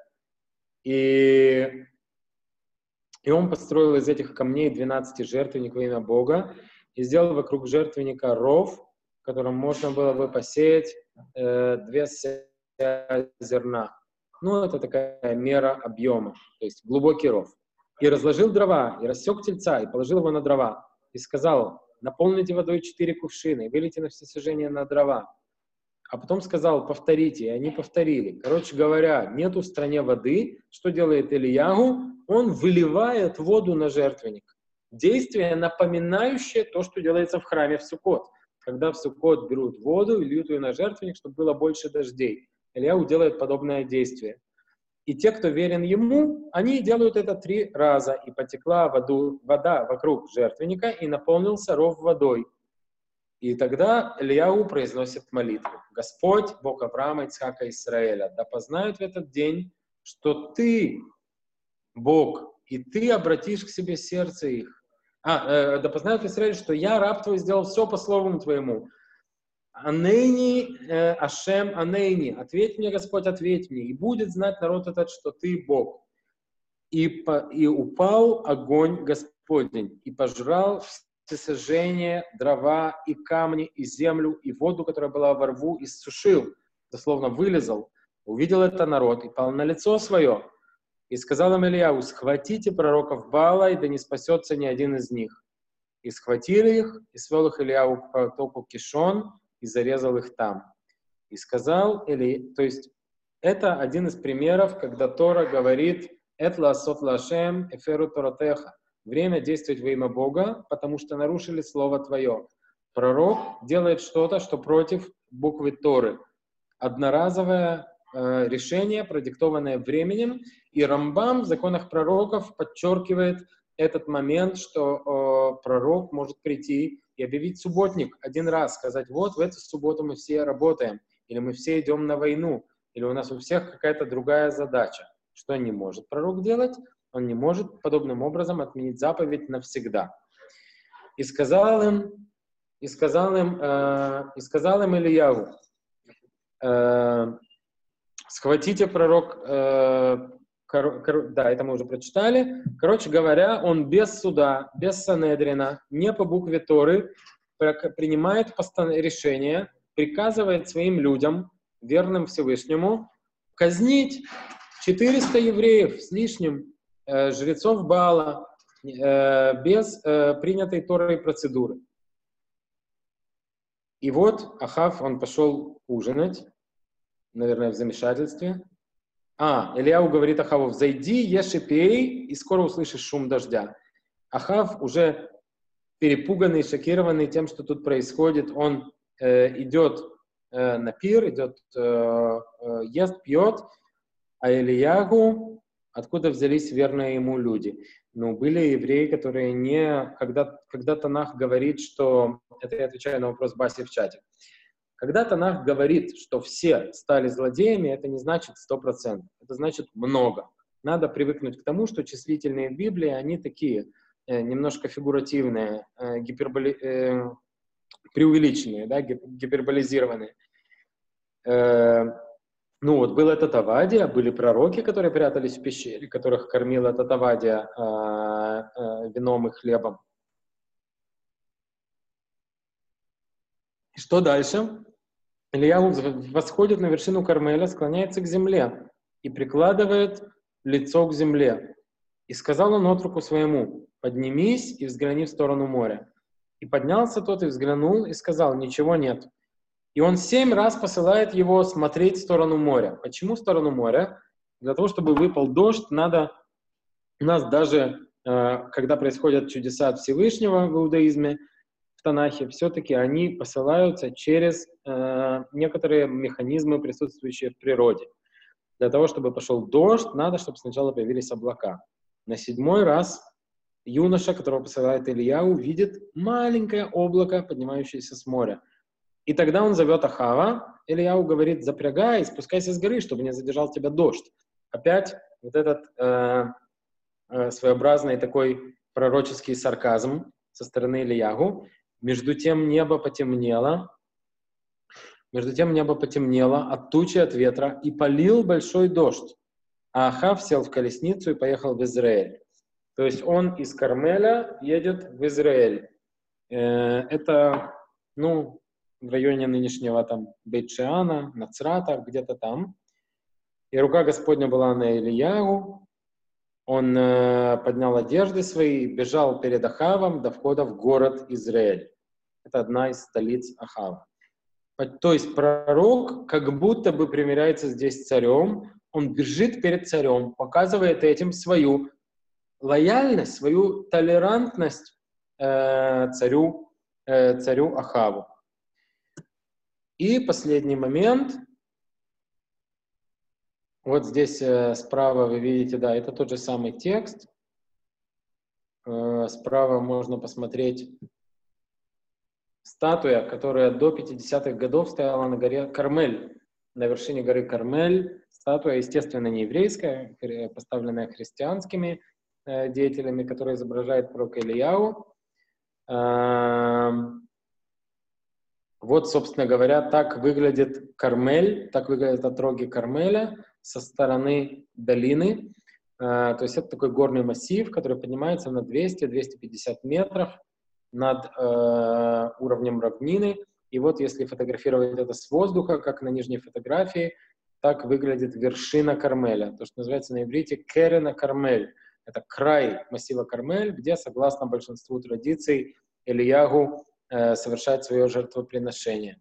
И, и он построил из этих камней двенадцать жертвенников во имя Бога и сделал вокруг жертвенника ров, в котором можно было бы посеять э, две зерна. Ну, это такая мера объема, то есть глубокий ров. И разложил дрова, и рассек тельца, и положил его на дрова, и сказал: наполните водой четыре кувшина, и вылейте на всесожжение на дрова. А потом сказал: повторите, и они повторили. Короче говоря, нету в стране воды. Что делает Элияху? Он выливает воду на жертвенник. Действие, напоминающее то, что делается в храме в Суккот. Когда в Суккот берут воду и льют ее на жертвенник, чтобы было больше дождей. Элияху делает подобное действие. И те, кто верен ему, они делают это три раза. И потекла воду, вода вокруг жертвенника, и наполнился ров водой. И тогда Элияху произносит молитву: Господь, Бог Авраама, Ицхака и Израиля, да познают в этот день, что Ты, Бог, и Ты обратишь к себе сердце их. А, э, да познают в Израиле, что я, раб Твой, сделал все по слову Твоему. Анейни, э, Ашем, Анейни. Ответь мне, Господь, ответь мне. И будет знать народ этот, что Ты Бог. И, по, и упал огонь Господень, и пожрал всесожжение, дрова, и камни, и землю, и воду, которая была во рву, и сушил, дословно вылезал. Увидел это народ, и пал на лицо свое. И сказал им Элияху: схватите пророков Баала, и да не спасется ни один из них. И схватили их, и свел их Элияху к потоку Кишон, и зарезал их там. И сказал Или, то есть это один из примеров, когда Тора говорит: «Эт лаасот лашем эферу торатеха». Время действовать во имя Бога, потому что нарушили слово Твое. Пророк делает что-то, что против буквы Торы. Одноразовое э, решение, продиктованное временем. И Рамбам в законах пророков подчеркивает этот момент, что э, пророк может прийти и объявить субботник один раз, сказать: вот в эту субботу мы все работаем, или мы все идем на войну, или у нас у всех какая-то другая задача. Что не может пророк делать? Он не может подобным образом отменить заповедь навсегда. И сказал им, и сказал им, э, и сказал им Элияху: э, схватите пророк, э, кор, кор, да, это мы уже прочитали. Короче говоря, он без суда, без Санедрина, не по букве Торы, принимает решение, приказывает своим людям, верным Всевышнему, казнить четыреста евреев с лишним, э, жрецов Баала, э, без э, принятой Торой процедуры. И вот Ахав, он пошел ужинать, наверное, в замешательстве. А, Элияху говорит Ахаву: «Взойди, ешь и пей, и скоро услышишь шум дождя». Ахав, уже перепуганный, шокированный тем, что тут происходит, он э, идет э, на пир, идет, э, э, ест, пьет, а Элияху, откуда взялись верные ему люди? Ну, были евреи, которые не... Когда, когда Танах говорит, что... Это я отвечаю на вопрос Баси в чате. Когда Танах говорит, что все стали злодеями, это не значит сто процентов. Это значит много. Надо привыкнуть к тому, что числительные в Библии, они такие, э, немножко фигуративные, э, гиперболи, э, преувеличенные, да, гиперболизированные. Э, Ну вот, был этот Авадия, были пророки, которые прятались в пещере, которых кормил этот Авадия э, э, вином и хлебом. И что дальше? Элияху восходит на вершину Кармеля, склоняется к земле и прикладывает лицо к земле. И сказал он отроку своему: поднимись и взгляни в сторону моря. И поднялся тот и взглянул, и сказал: ничего нет. И он семь раз посылает его смотреть в сторону моря. Почему в сторону моря? Для того, чтобы выпал дождь, надо... У нас даже, э, когда происходят чудеса от Всевышнего в иудаизме, в Танахе, все-таки они посылаются через э, некоторые механизмы, присутствующие в природе. Для того, чтобы пошел дождь, надо, чтобы сначала появились облака. На седьмой раз юноша, которого посылает Элияху, видит маленькое облако, поднимающееся с моря. И тогда он зовет Ахава, Элияху говорит: запрягай, спускайся с горы, чтобы не задержал тебя дождь. Опять вот этот э, э, своеобразный такой пророческий сарказм со стороны Элияху. Между тем небо потемнело, Между тем небо потемнело от тучи, от ветра, и полил большой дождь. А Ахав сел в колесницу и поехал в Израиль. То есть он из Кармеля едет в Израиль. Это, ну, в районе нынешнего там Бейт-Шеана, Нацрата, где-то там. И рука Господня была на Илияху. Он э, поднял одежды свои, бежал перед Ахавом до входа в город Израиль. Это одна из столиц Ахава. То есть пророк как будто бы примиряется здесь с царем. Он бежит перед царем, показывает этим свою лояльность, свою толерантность э, царю, э, царю Ахаву. И последний момент. Вот здесь э, справа вы видите, да, это тот же самый текст. Э, справа можно посмотреть статуя, которая до пятидесятых годов стояла на горе Кармель, на вершине горы Кармель. Статуя, естественно, не еврейская, поставленная христианскими э, деятелями, которая изображает пророка Илияху. Э, вот, собственно говоря, так выглядит Кармель, так выглядят отроги Кармеля со стороны долины. Э, то есть это такой горный массив, который поднимается на двести — двести пятьдесят метров над э, уровнем равнины. И вот если фотографировать это с воздуха, как на нижней фотографии, так выглядит вершина Кармеля. То, что называется на иврите Керена Кармель. Это край массива Кармель, где, согласно большинству традиций, Илияху э, совершает свое жертвоприношение.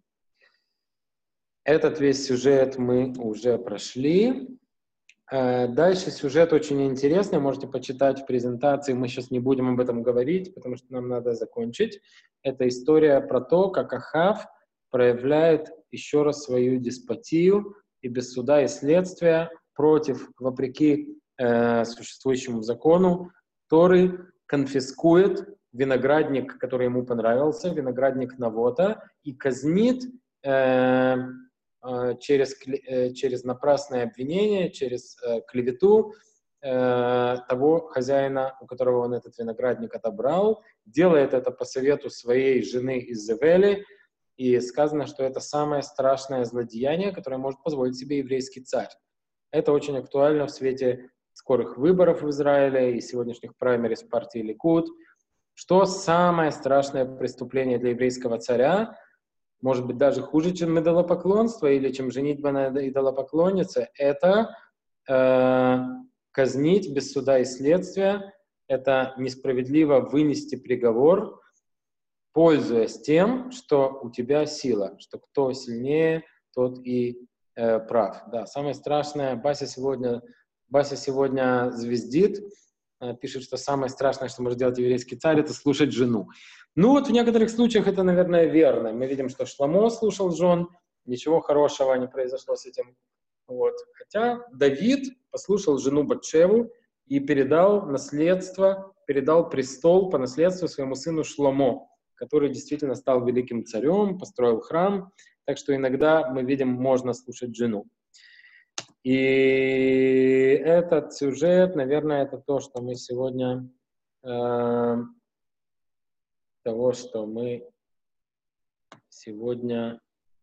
Этот весь сюжет мы уже прошли. Э, дальше сюжет очень интересный, можете почитать в презентации, мы сейчас не будем об этом говорить, потому что нам надо закончить. Это история про то, как Ахав проявляет еще раз свою деспотию и без суда и следствия против, вопреки э, существующему закону, Торы конфискует виноградник, который ему понравился, виноградник Навота, и казнит э, э, через, э, через напрасное обвинение, через э, клевету э, того хозяина, у которого он этот виноградник отобрал, делает это по совету своей жены Иззавели, и сказано, что это самое страшное злодеяние, которое может позволить себе еврейский царь. Это очень актуально в свете скорых выборов в Израиле и сегодняшних праймериз партии Ликуд. Что самое страшное преступление для еврейского царя, может быть, даже хуже, чем идолопоклонство или чем женитьба на идолопоклоннице, это э, казнить без суда и следствия, это несправедливо вынести приговор, пользуясь тем, что у тебя сила, что кто сильнее, тот и э, прав. Да, самое страшное, Бася сегодня, Бася сегодня звездит, э, пишет, что самое страшное, что может делать еврейский царь, это слушать жену. Ну вот в некоторых случаях это, наверное, верно. Мы видим, что Шломо слушал жен, ничего хорошего не произошло с этим. Вот. Хотя Давид послушал жену Батшеву и передал наследство, передал престол по наследству своему сыну Шломо, который действительно стал великим царем, построил храм. Так что иногда мы видим, можно слушать жену. И этот сюжет, наверное, это то, что мы сегодня, э, того, что мы сегодня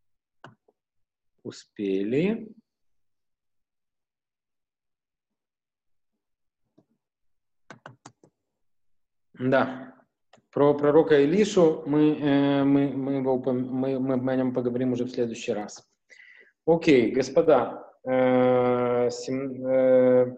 успели. Да. Про пророка Илишу мы, э, мы, мы, его, мы, мы о нем поговорим уже в следующий раз. Окей, господа, э, сем, э,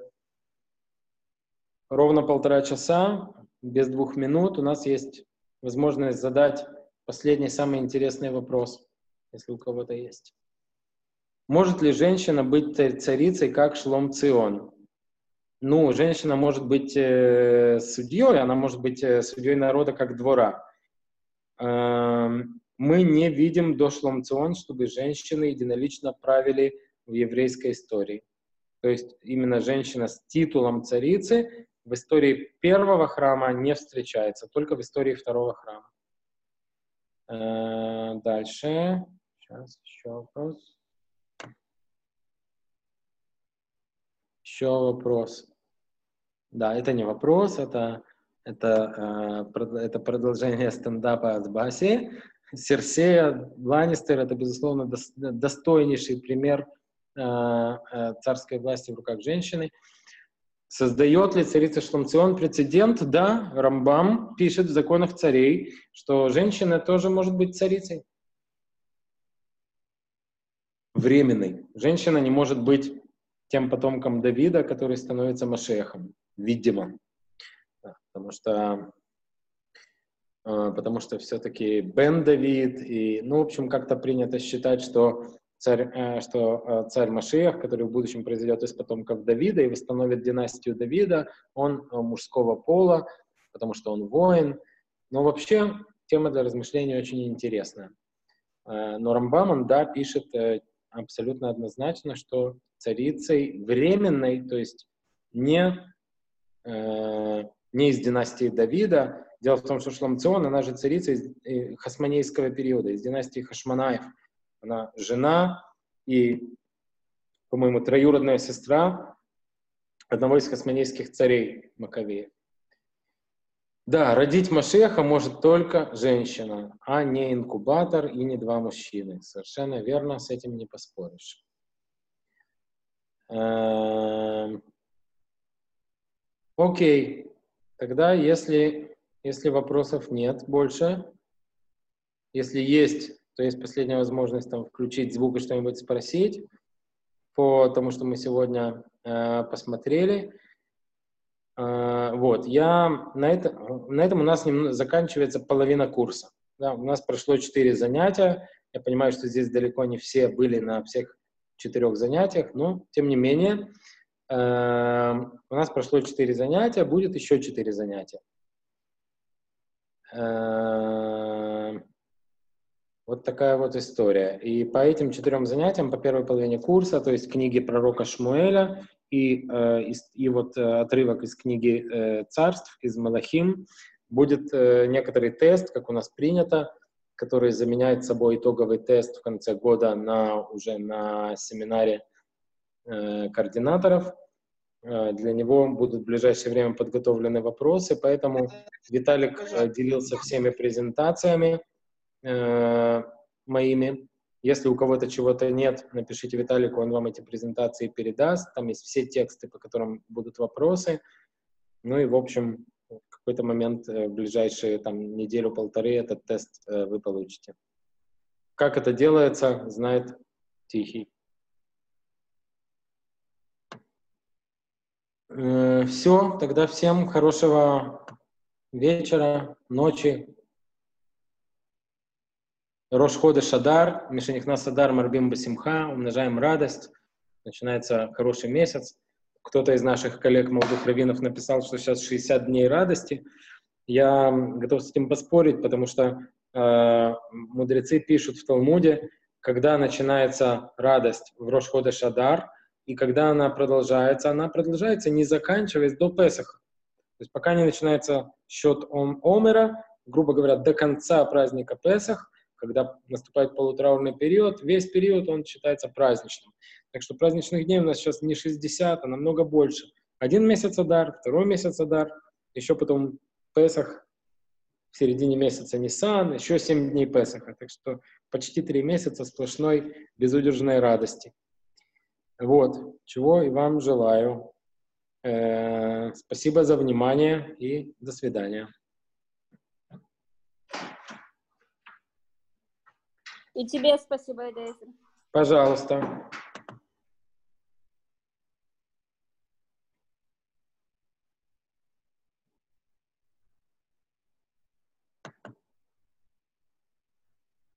ровно полтора часа, без двух минут, у нас есть возможность задать последний, самый интересный вопрос, если у кого-то есть. Может ли женщина быть царицей, как Шлом Цион? Ну, женщина может быть э, судьей, она может быть э, судьей народа как двора. Э, мы не видим до Шлом Цион, чтобы женщины единолично правили в еврейской истории. То есть именно женщина с титулом царицы в истории первого храма не встречается, только в истории второго храма. Э, дальше. Сейчас еще вопрос. Еще вопрос. Да, это не вопрос, это, это, э, это продолжение стендапа от Баси. Серсея Ланнистер — это, безусловно, дос- достойнейший пример э, э, царской власти в руках женщины. Создает ли царица Шламцион прецедент? Да, Рамбам пишет в законах царей, что женщина тоже может быть царицей. Временной. Женщина не может быть тем потомком Давида, который становится Машиахом, видимо. Да, потому что, э, потому что все-таки Бен Давид, и, ну, в общем, как-то принято считать, что царь, э, что э, царь Машиах, который в будущем произойдет из потомков Давида и восстановит династию Давида, он э, мужского пола, потому что он воин. Но вообще тема для размышлений очень интересная. Э, но Рамбам, он, да, пишет э, абсолютно однозначно, что царицей временной, то есть не, э, не из династии Давида. Дело в том, что Шламцион, она же царица из э, хасмонейского периода, из династии Хашманаев. Она жена и, по-моему, троюродная сестра одного из хасмонейских царей Маковеев. Да, родить Машеха может только женщина, а не инкубатор и не два мужчины. Совершенно верно, с этим не поспоришь. Эм, Окей, тогда если, если вопросов нет больше, если есть, то есть последняя возможность там включить звук и что-нибудь спросить по тому, что мы сегодня э, посмотрели. Э, вот, я на, это, на этом у нас немного, заканчивается половина курса. Да, у нас прошло четыре занятия. Я понимаю, что здесь далеко не все были на всех четырех занятиях, но тем не менее э, у нас прошло четыре занятия, будет еще четыре занятия. Э, Вот такая вот история. И по этим четырем занятиям, по первой половине курса, то есть книги пророка Шмуэля и, э, и, и вот э, отрывок из книги э, Царств, из Малахим, будет э, некоторый тест, как у нас принято, который заменяет собой итоговый тест в конце года на, уже на семинаре э, координаторов. Э, для него будут в ближайшее время подготовлены вопросы, поэтому Виталик э, делился всеми презентациями э, моими. Если у кого-то чего-то нет, напишите Виталику, он вам эти презентации передаст. Там есть все тексты, по которым будут вопросы. Ну и, в общем, в какой-то момент, э, в ближайшие там, неделю-полторы этот тест э, вы получите. Как это делается, знает Тихий. Э, все, тогда всем хорошего вечера, ночи. Рош ходеш Адар, Мишенихнас Адар Марбим Басимха, умножаем радость, начинается хороший месяц. Кто-то из наших коллег, молодых раввинов, написал, что сейчас шестьдесят дней радости. Я готов с этим поспорить, потому что э, мудрецы пишут в Талмуде, когда начинается радость в Рош ходеш Адар, и когда она продолжается, она продолжается, не заканчиваясь до Песаха. То есть пока не начинается счет ом Омера, грубо говоря, до конца праздника Песах, когда наступает полутраурный период, весь период он считается праздничным. Так что праздничных дней у нас сейчас не шестьдесят, а намного больше. Один месяц Адар, второй месяц Адар, еще потом Песах, в середине месяца Нисан, еще семь дней Песаха. Так что почти три месяца сплошной безудержной радости. Вот, чего и вам желаю. Э-э- спасибо за внимание и до свидания. И тебе спасибо, Элиэзер. Пожалуйста.